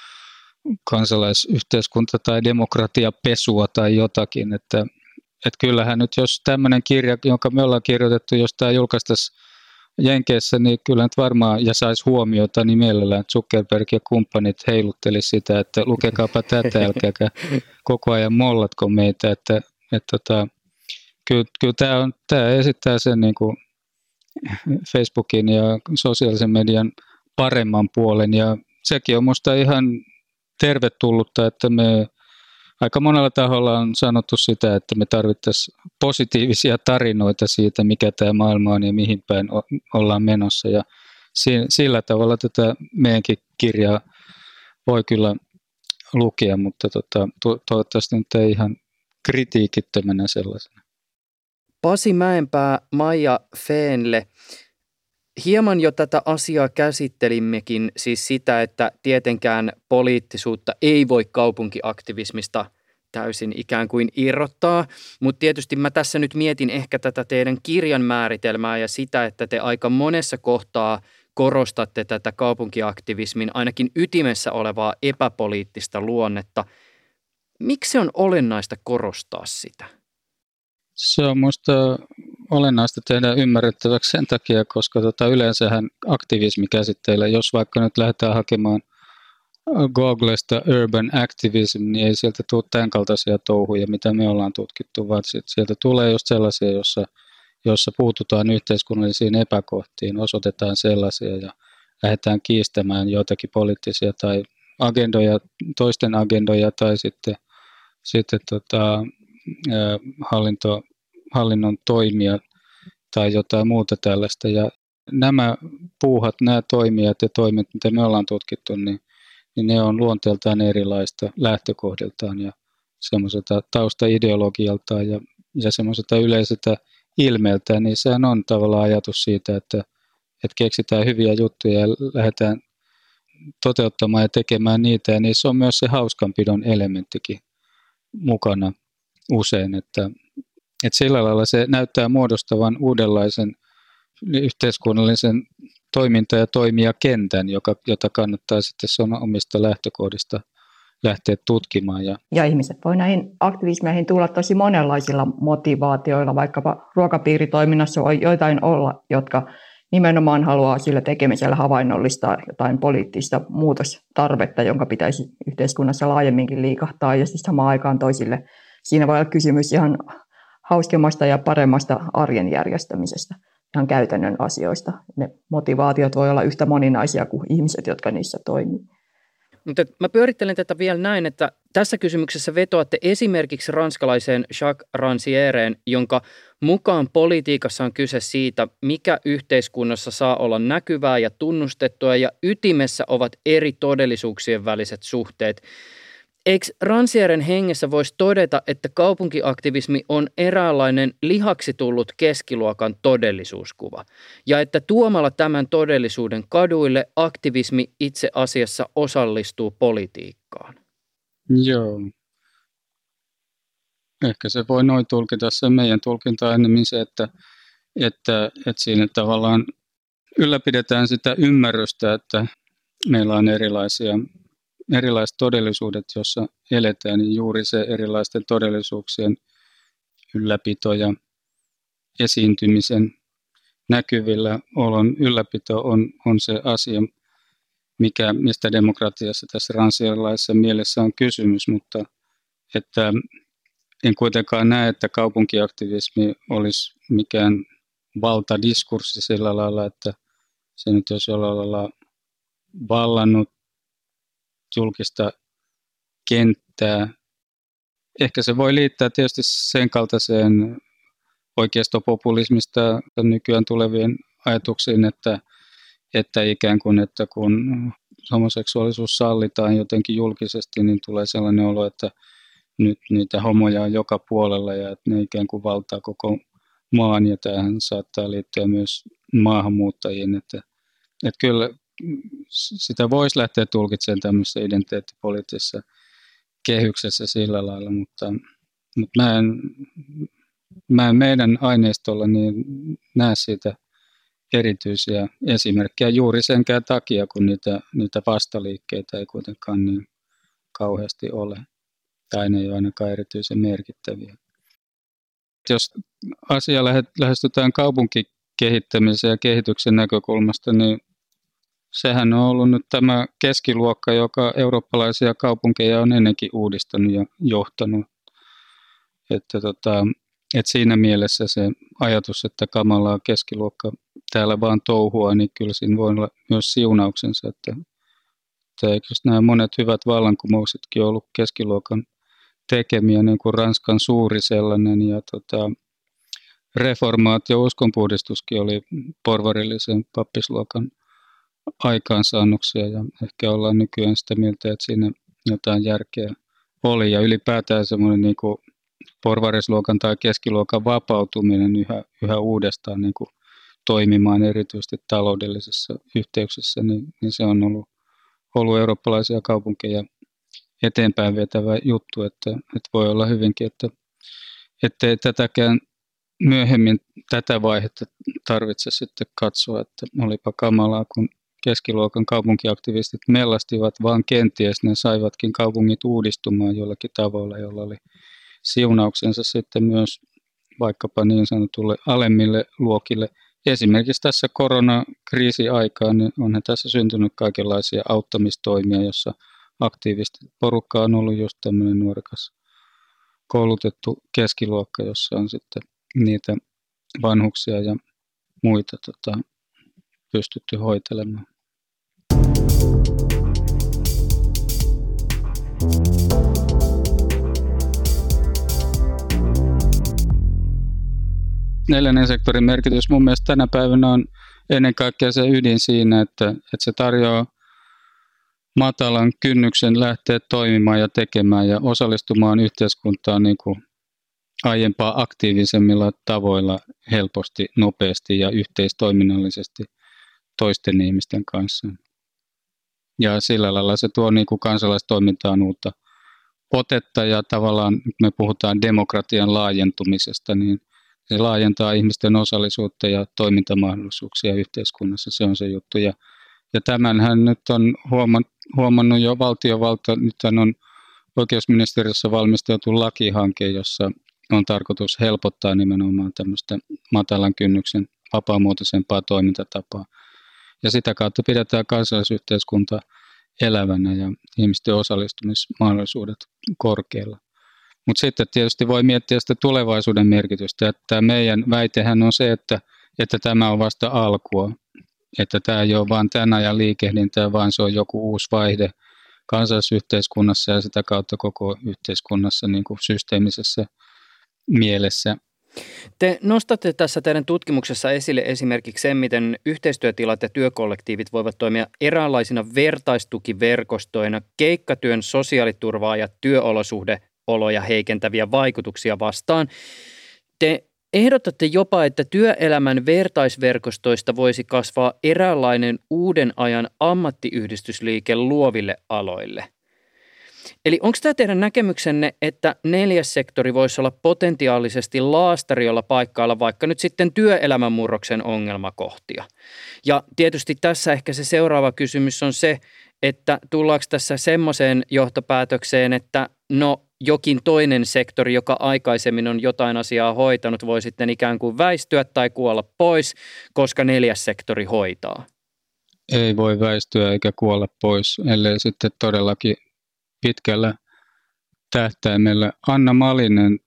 kansalaisyhteiskunta- tai demokratiapesua tai jotakin, että kyllähän nyt jos tämmöinen kirja, jonka me ollaan kirjoitettu, jos tämä julkaistaisiin Jenkeissä, niin kyllä nyt varmaan, ja saisi huomiota, niin mielellään Zuckerberg ja kumppanit heilutteli sitä, että lukekaapa tätä, älkääkä koko ajan mollatko meitä, että Kyllä tämä esittää sen niin kuin Facebookin ja sosiaalisen median paremman puolen ja sekin on minusta ihan tervetullutta, että me aika monella taholla on sanottu sitä, että me tarvittaisiin positiivisia tarinoita siitä, mikä tämä maailma on ja mihin päin ollaan menossa ja sillä tavalla tätä meidänkin kirjaa voi kyllä lukea, mutta toivottavasti nyt ei ihan kritiikittömänä sellaisena. Pasi Mäenpää, Maija Fenle. Hieman jo tätä asiaa käsittelimmekin, siis sitä, että tietenkään poliittisuutta ei voi kaupunkiaktivismista täysin ikään kuin irrottaa, mutta tietysti mä tässä nyt mietin ehkä tätä teidän kirjan määritelmää ja sitä, että te aika monessa kohtaa korostatte tätä kaupunkiaktivismin ainakin ytimessä olevaa epäpoliittista luonnetta. Miksi on olennaista korostaa sitä? Se on minusta olennaista tehdä ymmärrettäväksi sen takia, koska yleensähän aktivismikäsitteillä, jos vaikka nyt lähdetään hakemaan Googlesta urban activism, niin ei sieltä tule tämän kaltaisia touhuja, mitä me ollaan tutkittu, vaan sieltä tulee just sellaisia, jossa puututaan yhteiskunnallisiin epäkohtiin, osoitetaan sellaisia ja lähdetään kiistämään joitakin poliittisia tai agendoja, toisten agendoja tai sitten hallinnon toimia tai jotain muuta tällaista. Ja nämä puuhat, nämä toimijat ja toimet, mitä me ollaan tutkittu, niin ne on luonteeltaan erilaista lähtökohdiltaan ja semmoiselta taustaideologialtaan ja semmoiselta yleiseltä ilmeeltään, niin sehän on tavallaan ajatus siitä, että keksitään hyviä juttuja ja lähdetään toteuttamaan ja tekemään niitä, ja niissä on myös se hauskanpidon elementtikin mukana usein, että sillä lailla se näyttää muodostavan uudenlaisen yhteiskunnallisen toiminta- ja toimijakentän, jota kannattaa sitten sun omista lähtökohdista lähteä tutkimaan. Ja ihmiset voi näihin aktivismeihin tulla tosi monenlaisilla motivaatioilla, vaikkapa ruokapiiritoiminnassa voi joitain olla, jotka nimenomaan haluaa sillä tekemisellä havainnollistaa jotain poliittista muutostarvetta, jonka pitäisi yhteiskunnassa laajemminkin liikahtaa, ja siis samaan aikaan toisille siinä voi olla kysymys ihan hauskemmasta ja paremmasta arjen järjestämisestä, ihan käytännön asioista. Ne motivaatiot voi olla yhtä moninaisia kuin ihmiset, jotka niissä toimii. Mutta mä pyörittelen tätä vielä näin, että tässä kysymyksessä vetoatte esimerkiksi ranskalaiseen Jacques Rancièreen, jonka mukaan politiikassa on kyse siitä, mikä yhteiskunnassa saa olla näkyvää ja tunnustettua, ja ytimessä ovat eri todellisuuksien väliset suhteet. Eikö Rancièren hengessä voisi todeta, että kaupunkiaktivismi on eräänlainen lihaksi tullut keskiluokan todellisuuskuva, ja että tuomalla tämän todellisuuden kaduille aktivismi itse asiassa osallistuu politiikkaan? Joo. Ehkä se voi noin tulkita. Se meidän tulkinta on enemmän se, että siinä tavallaan ylläpidetään sitä ymmärrystä, että meillä on erilaiset todellisuudet, jossa eletään, niin juuri se erilaisten todellisuuksien ylläpito ja esiintymisen näkyvillä olon ylläpito on se asia, mistä demokratiassa tässä rancièrelaisessa mielessä on kysymys, mutta että en kuitenkaan näe, että kaupunkiaktivismi olisi mikään valtadiskurssi sillä lailla, että se nyt olisi jollain lailla vallannut julkista kenttää. Ehkä se voi liittää tietysti sen kaltaiseen oikeistopopulismista nykyään tulevien ajatuksiin, että ikään kuin, että kun homoseksuaalisuus sallitaan jotenkin julkisesti, niin tulee sellainen olo, että nyt niitä homoja on joka puolella ja että ne ikään kuin valtaa koko maan, ja tämähän saattaa liittyä myös maahanmuuttajiin, että kyllä sitä voisi lähteä tulkitsemaan tämmöisessä identiteettipoliittisessa kehyksessä sillä lailla, mutta mä en meidän aineistolla niin näe siitä erityisiä esimerkkejä juuri senkään takia, kun niitä vastaliikkeitä ei kuitenkaan niin kauheasti ole, tai ne ei ole ainakaan erityisen merkittäviä. Jos asia lähestytään kaupunkikehittämisen ja kehityksen näkökulmasta, niin sehän on ollut nyt tämä keskiluokka, joka eurooppalaisia kaupunkeja on ennenkin uudistanut ja johtanut. Että siinä mielessä se ajatus, että kamalaa keskiluokka täällä vaan touhua, niin kyllä siinä voi olla myös siunauksensa. Että eikö nämä monet hyvät vallankumouksetkin ollut keskiluokan tekemiä, niin kuin Ranskan suuri sellainen, ja reformaatio, uskonpuhdistuskin oli porvarillisen pappisluokan aikaansaannoksia, ja ehkä ollaan nykyään sitä mieltä, että siinä jotain järkeä oli, ja ylipäätään semmoinen niin kuin porvarisluokan tai keskiluokan vapautuminen yhä uudestaan niin kuin toimimaan erityisesti taloudellisessa yhteyksissä, niin se on ollut eurooppalaisia kaupunkeja eteenpäin vetävä juttu, että voi olla hyvinkin, ettei tätäkään myöhemmin tätä vaihetta tarvitse sitten katsoa, että olipa kamalaa, kun keskiluokan kaupunkiaktivistit mellastivat, vaan kenties ne saivatkin kaupungit uudistumaan jollakin tavoilla, jolla oli siunauksensa sitten myös vaikkapa niin sanotulle alemmille luokille. Esimerkiksi tässä koronakriisiaikaan niin onhan tässä syntynyt kaikenlaisia auttamistoimia, jossa aktiivisesti porukka on ollut just tämmöinen nuorekas koulutettu keskiluokka, jossa on sitten niitä vanhuksia ja muita pystytty hoitelemaan. Neljännen sektorin merkitys mun mielestä tänä päivänä on ennen kaikkea se ydin siinä, että se tarjoaa matalan kynnyksen lähteä toimimaan ja tekemään ja osallistumaan yhteiskuntaan niin kuin aiempaa aktiivisemmilla tavoilla helposti, nopeasti ja yhteistoiminnallisesti toisten ihmisten kanssa. Ja sillä lailla se tuo niin kuin kansalaistoimintaan otetta ja tavallaan me puhutaan demokratian laajentumisesta, niin se laajentaa ihmisten osallisuutta ja toimintamahdollisuuksia yhteiskunnassa, se on se juttu. Ja tämänhän nyt on huomannut jo valtiovalta, nyt on oikeusministeriössä valmisteltu lakihanke, jossa on tarkoitus helpottaa nimenomaan tämmöistä matalan kynnyksen vapaamuotoisempaa toimintatapaa. Ja sitä kautta pidetään kansalaisyhteiskunta elävänä ja ihmisten osallistumismahdollisuudet korkealla. Mutta sitten tietysti voi miettiä sitä tulevaisuuden merkitystä, että meidän väitehän on se, että tämä on vasta alkua, että tämä ei ole vain tämän ajan liikehdintää, vaan se on joku uusi vaihde kansalaisyhteiskunnassa ja sitä kautta koko yhteiskunnassa niin kuin systeemisessä mielessä. Te nostatte tässä teidän tutkimuksessa esille esimerkiksi sen, miten yhteistyötilat ja työkollektiivit voivat toimia eräänlaisina vertaistukiverkostoina keikkatyön sosiaaliturvaa ja työolosuhdeoloja heikentäviä vaikutuksia vastaan. Te ehdotatte jopa, että työelämän vertaisverkostoista voisi kasvaa eräänlainen uuden ajan ammattiyhdistysliike luoville aloille. Eli onko tämä teidän näkemyksenne, että neljäs sektori voisi olla potentiaalisesti laastari, jolla paikkailla vaikka nyt sitten työelämän murroksen ongelmakohtia? Ja tietysti tässä ehkä se seuraava kysymys on se, että tullaanko tässä semmoiseen johtopäätökseen, että jokin toinen sektori, joka aikaisemmin on jotain asiaa hoitanut, voi sitten ikään kuin väistyä tai kuolla pois, koska neljäs sektori hoitaa? Ei voi väistyä eikä kuolla pois, ellei sitten todellakin pitkällä tähtäimellä. Anna Malinen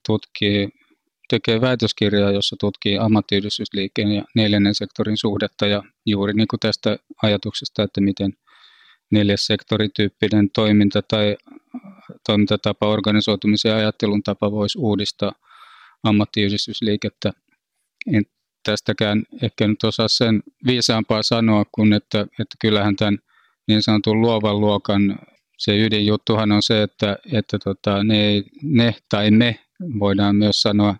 tekee väitöskirjaa, jossa tutkii ammattiyhdistysliikkeen ja neljännen sektorin suhdetta ja juuri niin kuin tästä ajatuksesta, että miten neljäs sektorityyppinen toiminta tai toimintatapa, organisoitumisen ja ajattelun tapa voisi uudistaa ammattiyhdistysliikettä. En tästäkään ehkä nyt osaa sen viisaampaa sanoa, kuin että kyllähän tämän niin sanotun luovan luokan se ydinjuttuhan on se, että ne tai me voidaan myös sanoa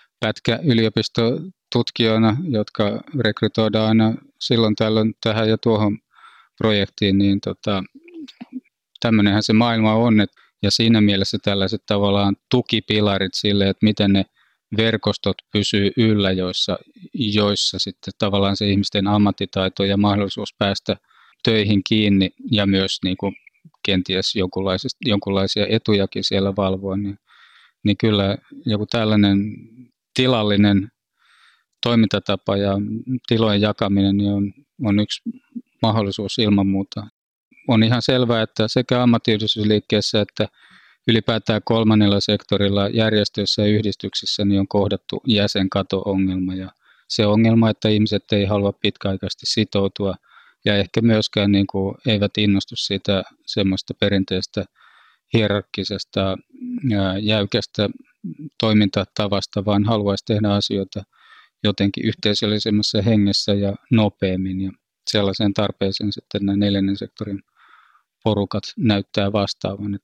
pätkäyliopistotutkijoina, jotka rekrytoidaan aina silloin tällöin tähän ja tuohon projektiin, niin tämmöinenhän se maailma on. Ja siinä mielessä tällaiset tavallaan tukipilarit sille, että miten ne verkostot pysyy yllä, joissa sitten tavallaan se ihmisten ammattitaito ja mahdollisuus päästä töihin kiinni ja myös niin kuin kenties jonkunlaisia etujakin siellä valvoa, niin kyllä joku tällainen tilallinen toimintatapa ja tilojen jakaminen niin on yksi mahdollisuus ilman muuta. On ihan selvää, että sekä ammattiyhdistysliikkeessä että ylipäätään kolmannella sektorilla järjestöissä ja yhdistyksissä niin on kohdattu jäsenkato-ongelma ja se ongelma, että ihmiset ei halua pitkäaikaisesti sitoutua ja ehkä myöskään niin kuin eivät innostu siitä semmoista perinteistä hierarkkisesta ja jäykästä toimintatavasta, vaan haluaisi tehdä asioita jotenkin yhteisöllisemmässä hengessä ja nopeammin. Ja sellaiseen tarpeeseen sitten nämä neljännen sektorin porukat näyttää vastaavan,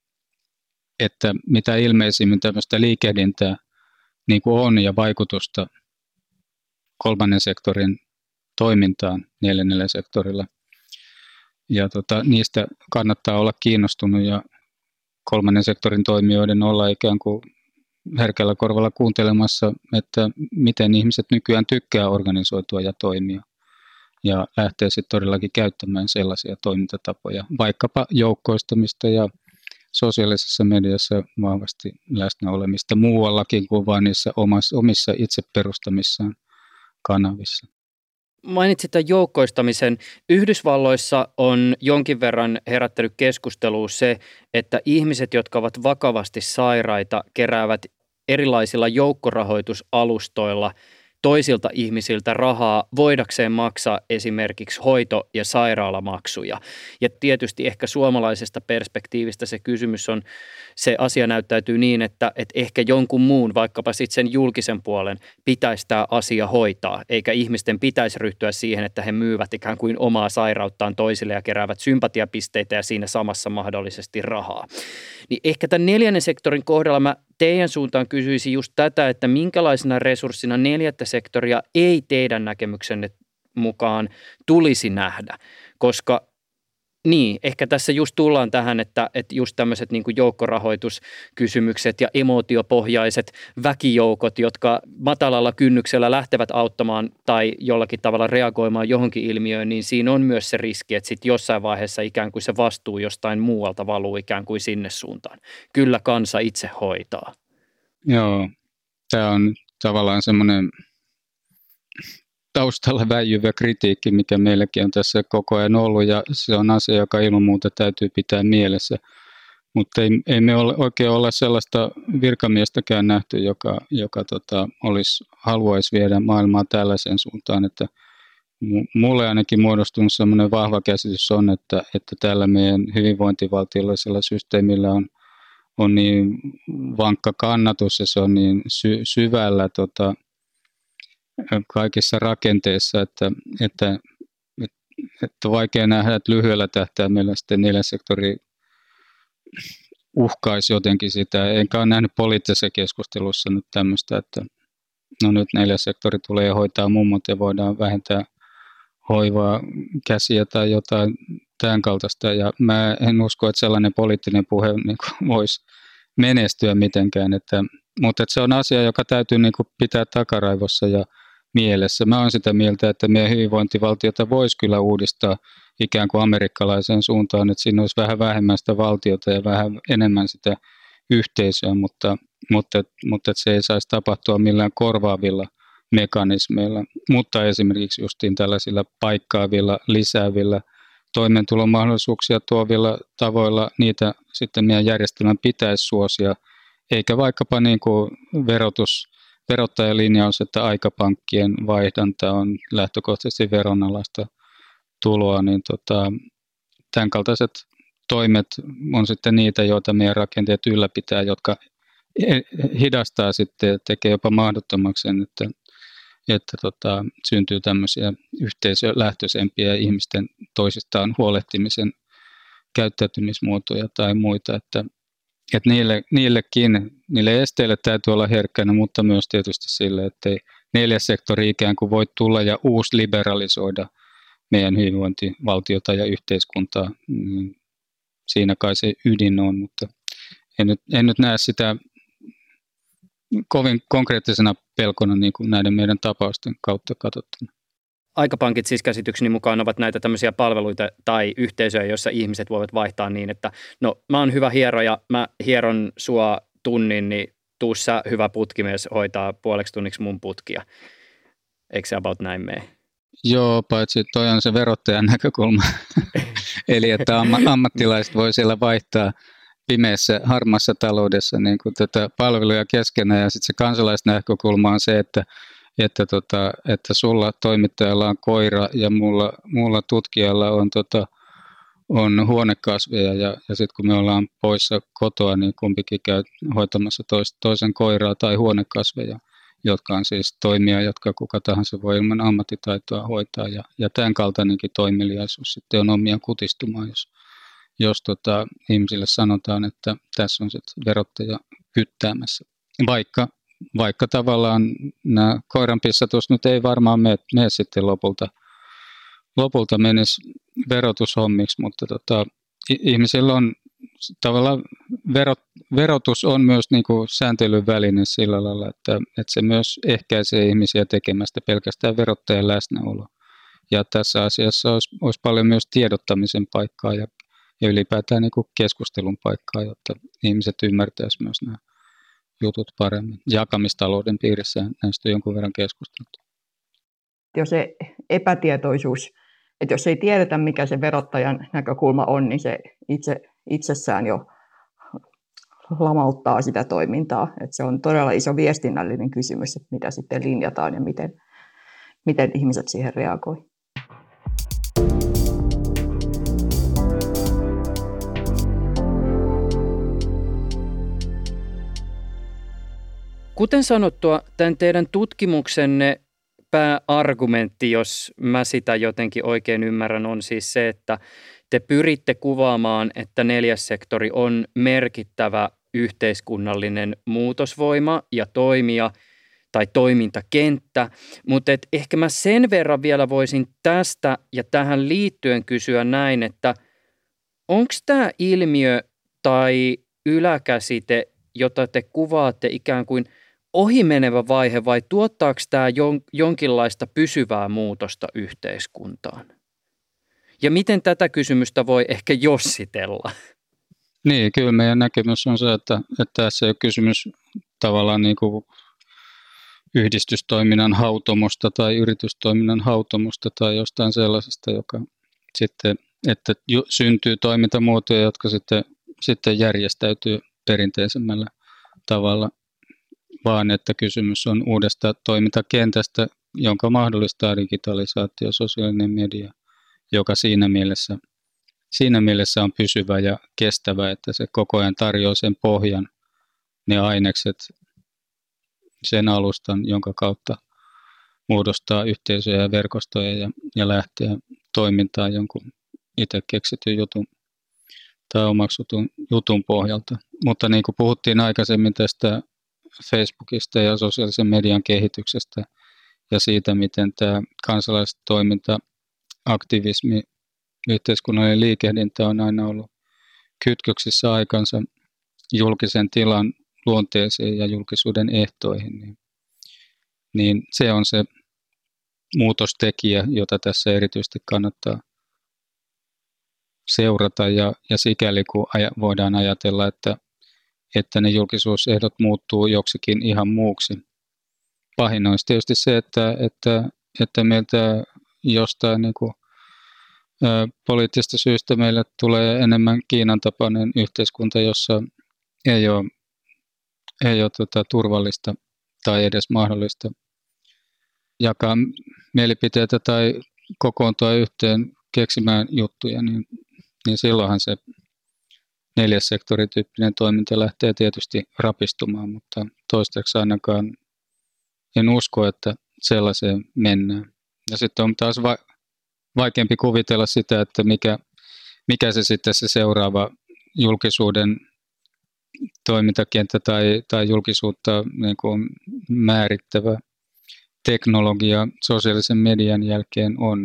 että mitä ilmeisimmin tämmöistä liikehdintää niin kuin on ja vaikutusta kolmannen sektorin toimintaan neljännellä sektorilla. Ja niistä kannattaa olla kiinnostunut ja kolmannen sektorin toimijoiden olla ikään kuin herkällä korvalla kuuntelemassa, että miten ihmiset nykyään tykkää organisoitua ja toimia. Ja lähtee sitten todellakin käyttämään sellaisia toimintatapoja, vaikkapa joukkoistamista ja sosiaalisessa mediassa vahvasti läsnä olemista muuallakin kuin vain niissä omissa itse perustamissaan kanavissa. Mainitsit tämän joukkoistamisen. Yhdysvalloissa on jonkin verran herättänyt keskustelua se, että ihmiset, jotka ovat vakavasti sairaita, keräävät erilaisilla joukkorahoitusalustoilla toisilta ihmisiltä rahaa voidakseen maksaa esimerkiksi hoito- ja sairaalamaksuja. Ja tietysti ehkä suomalaisesta perspektiivistä se kysymys on, se asia näyttäytyy niin, että ehkä jonkun muun, vaikkapa sitten sen julkisen puolen, pitäisi tämä asia hoitaa, eikä ihmisten pitäisi ryhtyä siihen, että he myyvät ikään kuin omaa sairauttaan toisille ja keräävät sympatiapisteitä ja siinä samassa mahdollisesti rahaa. Niin ehkä tämän neljännen sektorin kohdalla mä teidän suuntaan kysyisin just tätä, että minkälaisena resurssina neljättä sektoria ei teidän näkemyksenne mukaan tulisi nähdä, koska Niin, ehkä tässä just tullaan tähän, että just tämmöiset niin kuin joukkorahoituskysymykset ja emootiopohjaiset väkijoukot, jotka matalalla kynnyksellä lähtevät auttamaan tai jollakin tavalla reagoimaan johonkin ilmiöön, niin siinä on myös se riski, että sitten jossain vaiheessa ikään kuin se vastuu jostain muualta valuu ikään kuin sinne suuntaan. Kyllä kansa itse hoitaa. Joo, tämä on tavallaan semmoinen taustalla väijyvä kritiikki, mikä meilläkin on tässä koko ajan ollut, ja se on asia, joka ilman muuta täytyy pitää mielessä. Mutta ei me oikein olla sellaista virkamiestäkään nähty, joka haluaisi viedä maailmaa tällaiseen suuntaan, että mulle ainakin muodostunut sellainen vahva käsitys on, että tällä meidän hyvinvointivaltiollisella systeemillä on niin vankka kannatus ja se on niin syvällä kaikissa rakenteissa, että on vaikea nähdä, että lyhyellä tähtäimellä sitten 4. sektori uhkaisi jotenkin sitä. Enkä ole nähnyt poliittisessa keskustelussa nyt tämmöistä, että no nyt 4. sektori tulee ja hoitaa mummot ja voidaan vähentää hoivaa, käsiä tai jotain tämän kaltaista. Ja mä en usko, että sellainen poliittinen puhe niin kuin voisi menestyä mitenkään. Mutta se on asia, joka täytyy niin kuin pitää takaraivossa ja mielessä. Mä oon sitä mieltä, että meidän hyvinvointivaltiota voisi kyllä uudistaa ikään kuin amerikkalaiseen suuntaan, että siinä olisi vähän vähemmän sitä valtiota ja vähän enemmän sitä yhteisöä, mutta se ei saisi tapahtua millään korvaavilla mekanismeilla, mutta esimerkiksi justiin tällaisilla paikkaavilla, lisäävillä, toimeentulomahdollisuuksia tuovilla tavoilla niitä sitten meidän järjestelmän pitäisi suosia, eikä vaikkapa niin kuin verottajan linjaus, että aikapankkien vaihdanta on lähtökohtaisesti veronalaista tuloa, niin tämän kaltaiset toimet on sitten niitä, joita meidän rakenteet ylläpitää, jotka hidastaa sitten, tekee jopa mahdottomaksi sen, että syntyy tämmöisiä yhteisölähtöisempiä ihmisten toisistaan huolehtimisen käyttäytymismuotoja tai muita, että niille esteille täytyy olla herkkänä, mutta myös tietysti sille, ettei 4. sektori ikään kuin voi tulla ja uusliberalisoida meidän hyvinvointivaltiota ja yhteiskuntaa. Siinä kai se ydin on, mutta en nyt näe sitä kovin konkreettisena pelkona niin kuin näiden meidän tapausten kautta katsottuna. Aikapankit siis käsitykseni mukaan ovat näitä tämmöisiä palveluita tai yhteisöjä, joissa ihmiset voivat vaihtaa niin, että no mä oon hyvä hieroja, mä hieron sua tunnin, niin tuu sä hyvä putkimies hoitaa puoleksi tunniksi mun putkia. Eikö se about näin mene? Joo, paitsi toi on se verottajan näkökulma. Eli että ammattilaiset voi siellä vaihtaa pimeässä, harmaassa taloudessa niin kuin tätä palveluja keskenään. Ja sitten se kansalaisnäkökulma on se, että sulla toimittajalla on koira ja muulla tutkijalla on huonekasveja ja sitten kun me ollaan poissa kotoa, niin kumpikin käy hoitamassa toisen koiraa tai huonekasveja, jotka on siis toimia, jotka kuka tahansa voi ilman ammattitaitoa hoitaa. Ja tämän kaltainenkin toimeliaisuus sitten on omia kutistumaan, jos ihmisille sanotaan, että tässä on sitten verottaja kyttäämässä. Vaikka tavallaan nämä koiranpissatus nyt ei varmaan mene sitten lopulta menisi verotushommiksi, mutta ihmisillä on tavallaan verotus on myös niin kuin sääntelyn väline sillä lailla, että se myös ehkäisee ihmisiä tekemästä pelkästään verottajan läsnäolo. Ja tässä asiassa olisi paljon myös tiedottamisen paikkaa ja ylipäätään niin kuin keskustelun paikkaa, jotta ihmiset ymmärtäisivät myös nämä jutut paremmin. Jakamistalouden piirissä näistä on jonkun verran keskusteltu. Jos se epätietoisuus, että jos ei tiedetä, mikä se verottajan näkökulma on, niin se itsessään jo lamauttaa sitä toimintaa. Että se on todella iso viestinnällinen kysymys, että mitä sitten linjataan ja miten ihmiset siihen reagoi. Kuten sanottua, tämän teidän tutkimuksenne pääargumentti, jos mä sitä jotenkin oikein ymmärrän, on siis se, että te pyritte kuvaamaan, että 4. sektori on merkittävä yhteiskunnallinen muutosvoima ja toimija tai toimintakenttä, mutta ehkä mä sen verran vielä voisin tästä ja tähän liittyen kysyä näin, että onko tämä ilmiö tai yläkäsite, jota te kuvaatte ikään kuin ohimenevä vaihe vai tuottaako tämä jonkinlaista pysyvää muutosta yhteiskuntaan? Ja miten tätä kysymystä voi ehkä jossitella? Niin, kyllä meidän näkemys on se, että tässä ei ole kysymys tavallaan niin kuin yhdistystoiminnan hautomosta tai yritystoiminnan hautomosta tai jostain sellaisesta, joka sitten, että syntyy toimintamuotoja, jotka sitten järjestäytyy perinteisemmällä tavalla, vaan että kysymys on uudesta toimintakentästä, jonka mahdollistaa digitalisaatio, sosiaalinen media, joka siinä mielessä on pysyvä ja kestävä, että se koko ajan tarjoaa sen pohjan, ne ainekset, sen alustan, jonka kautta muodostaa yhteisöjä ja verkostoja ja lähteä toimintaan jonkun itse keksityn jutun tai omaksutun jutun pohjalta. Mutta niin kuin puhuttiin aikaisemmin tästä Facebookista ja sosiaalisen median kehityksestä ja siitä, miten tämä kansalaistoiminta, aktivismi, yhteiskunnallinen liikehdintä on aina ollut kytköksissä aikansa julkisen tilan luonteeseen ja julkisuuden ehtoihin, niin se on se muutostekijä, jota tässä erityisesti kannattaa seurata ja sikäli kun voidaan ajatella, että ne julkisuusehdot muuttuu joksikin ihan muuksi. Pahin olisi tietysti se, että meiltä jostain niin kuin poliittisesta syystä meille tulee enemmän Kiinan tapainen yhteiskunta, jossa ei ole turvallista tai edes mahdollista jakaa mielipiteitä tai kokoontua yhteen keksimään juttuja, niin silloinhan se neljäs sektorityyppinen toiminta lähtee tietysti rapistumaan, mutta toistaiseksi ainakaan en usko, että sellaiseen mennään. Ja sitten on taas vaikeampi kuvitella sitä, että mikä se sitten se seuraava julkisuuden toimintakenttä tai julkisuutta niin kuin määrittävä teknologia sosiaalisen median jälkeen on,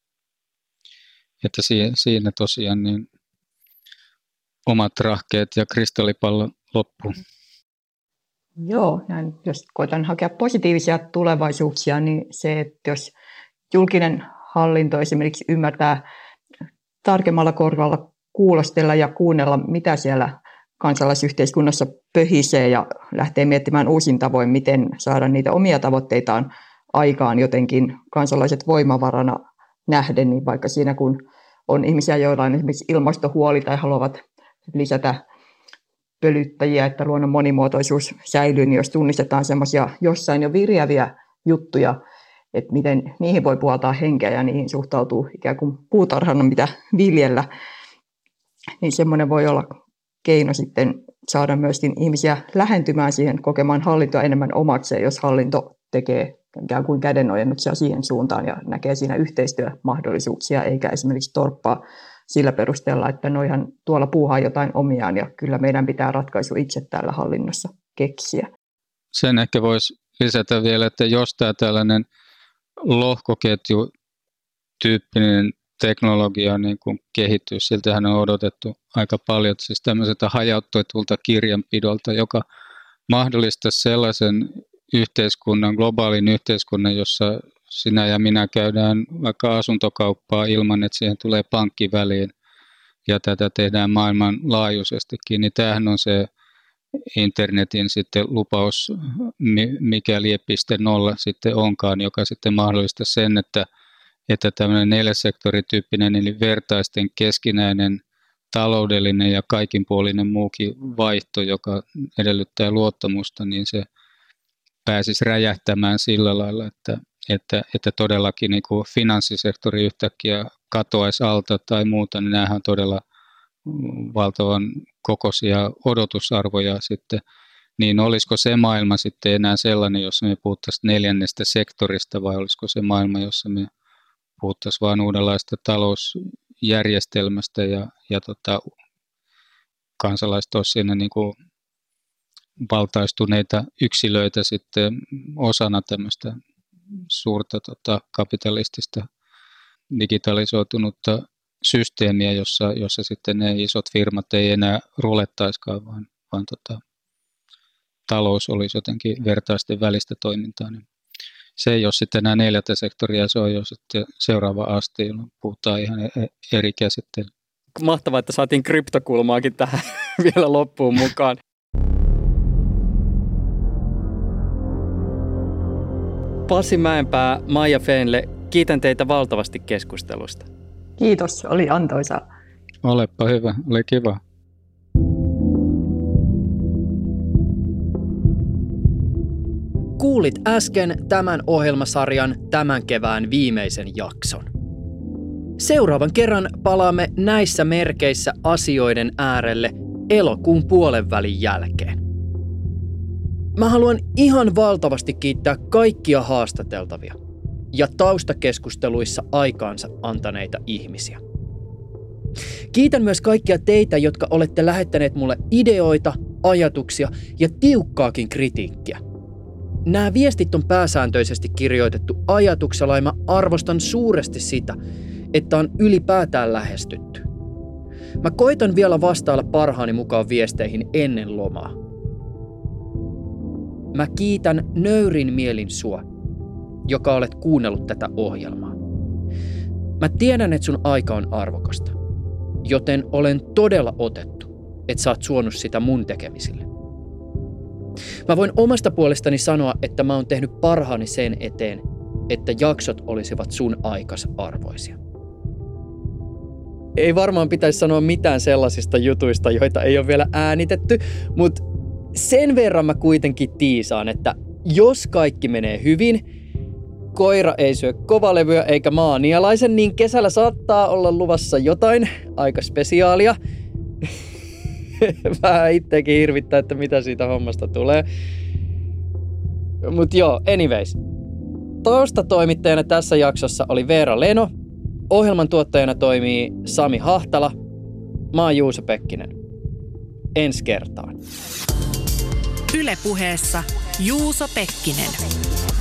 että siinä tosiaan niin omat rahkeet ja kristallipallo loppuu. Joo, näin, jos koitan hakea positiivisia tulevaisuuksia, niin se, että jos julkinen hallinto esimerkiksi ymmärtää tarkemmalla korvalla kuulostella ja kuunnella, mitä siellä kansalaisyhteiskunnassa pöhisee ja lähtee miettimään uusin tavoin, miten saada niitä omia tavoitteitaan aikaan jotenkin kansalaiset voimavarana nähden, niin vaikka siinä kun on ihmisiä, joilla on esimerkiksi ilmastohuoli tai haluavat lisätä pölyttäjiä, että luonnon monimuotoisuus säilyy, niin jos tunnistetaan semmoisia jossain jo viriäviä juttuja, että miten niihin voi puhaltaa henkeä ja niihin suhtautuu ikään kuin puutarhana, mitä viljellä, niin semmoinen voi olla keino sitten saada myöskin ihmisiä lähentymään siihen, kokemaan hallintoa enemmän omakseen, jos hallinto tekee ikään kuin kädenojennuksia siihen suuntaan ja näkee siinä yhteistyömahdollisuuksia, eikä esimerkiksi torppaa sillä perusteella, että noihan tuolla puuhaa jotain omiaan ja kyllä meidän pitää ratkaisu itse täällä hallinnossa keksiä. Sen ehkä voisi lisätä vielä, että jos tämä tällainen lohkoketju-tyyppinen teknologia niin kuin kehittyy, siltähän on odotettu aika paljon, siis tämmöiseltä hajautetulta kirjanpidolta, joka mahdollistaisi sellaisen yhteiskunnan, globaalin yhteiskunnan, jossa sinä ja minä käydään vaikka asuntokauppaa ilman, että siihen tulee pankki väliin ja tätä tehdään maailmanlaajuisestikin, niin tämähän on se internetin sitten lupaus, mikä lie.0 sitten onkaan, joka sitten mahdollistaa sen, että tämmöinen neljäsektorityyppinen eli vertaisten keskinäinen taloudellinen ja kaikinpuolinen muukin vaihto, joka edellyttää luottamusta, niin se pääsisi räjähtämään sillä lailla, että todellakin niin kuin finanssisektori yhtäkkiä katoaisi alta tai muuta, niin nämähän on todella valtavan kokoisia odotusarvoja sitten, niin olisiko se maailma sitten enää sellainen, jossa me puhuttaisiin neljännestä sektorista, vai olisiko se maailma, jossa me puhuttaisiin vain uudenlaista talousjärjestelmästä ja kansalaiset olisivat siinä niin kuin valtaistuneita yksilöitä sitten osana tämmöistä suurta kapitalistista digitalisoitunutta systeemiä, jossa sitten ne isot firmat ei enää rulettaiskaan, vaan talous olisi jotenkin vertaisten välistä toimintaa. Niin se ei ole sitten enää 4. sektoria, se on jo sitten seuraava aste, jolloin puhutaan ihan eri käsitteellä. Mahtavaa, että saatiin kryptokulmaakin tähän vielä loppuun mukaan. Pasi Mäenpää, Maija Fenle, kiitän teitä valtavasti keskustelusta. Kiitos, oli antoisaa. Olepa hyvä, oli kiva. Kuulit äsken tämän ohjelmasarjan tämän kevään viimeisen jakson. Seuraavan kerran palaamme näissä merkeissä asioiden äärelle elokuun puolenvälin jälkeen. Mä haluan ihan valtavasti kiittää kaikkia haastateltavia ja taustakeskusteluissa aikaansa antaneita ihmisiä. Kiitän myös kaikkia teitä, jotka olette lähettäneet mulle ideoita, ajatuksia ja tiukkaakin kritiikkiä. Nämä viestit on pääsääntöisesti kirjoitettu ajatuksella ja mä arvostan suuresti sitä, että on ylipäätään lähestytty. Mä koitan vielä vastailla parhaani mukaan viesteihin ennen lomaa. Mä kiitän nöyrin mielin sua, joka olet kuunnellut tätä ohjelmaa. Mä tiedän, että sun aika on arvokasta, joten olen todella otettu, että sä oot suonut sitä mun tekemisille. Mä voin omasta puolestani sanoa, että mä oon tehnyt parhaani sen eteen, että jaksot olisivat sun aikas arvoisia. Ei varmaan pitäisi sanoa mitään sellaisista jutuista, joita ei ole vielä äänitetty, mutta sen verran mä kuitenkin tiisaan, että jos kaikki menee hyvin, koira ei syö kovalevyä eikä maanialaisen, niin kesällä saattaa olla luvassa jotain aika spesiaalia. Vähän itsekin hirvittää, että mitä siitä hommasta tulee. Mut joo, anyways. Taustatoimittajana tässä jaksossa oli Veera Leno. Ohjelman tuottajana toimii Sami Hahtala. Mä oon Juuso Pekkinen. Ensi kertaan. Yle Puheessa Juuso Pekkinen.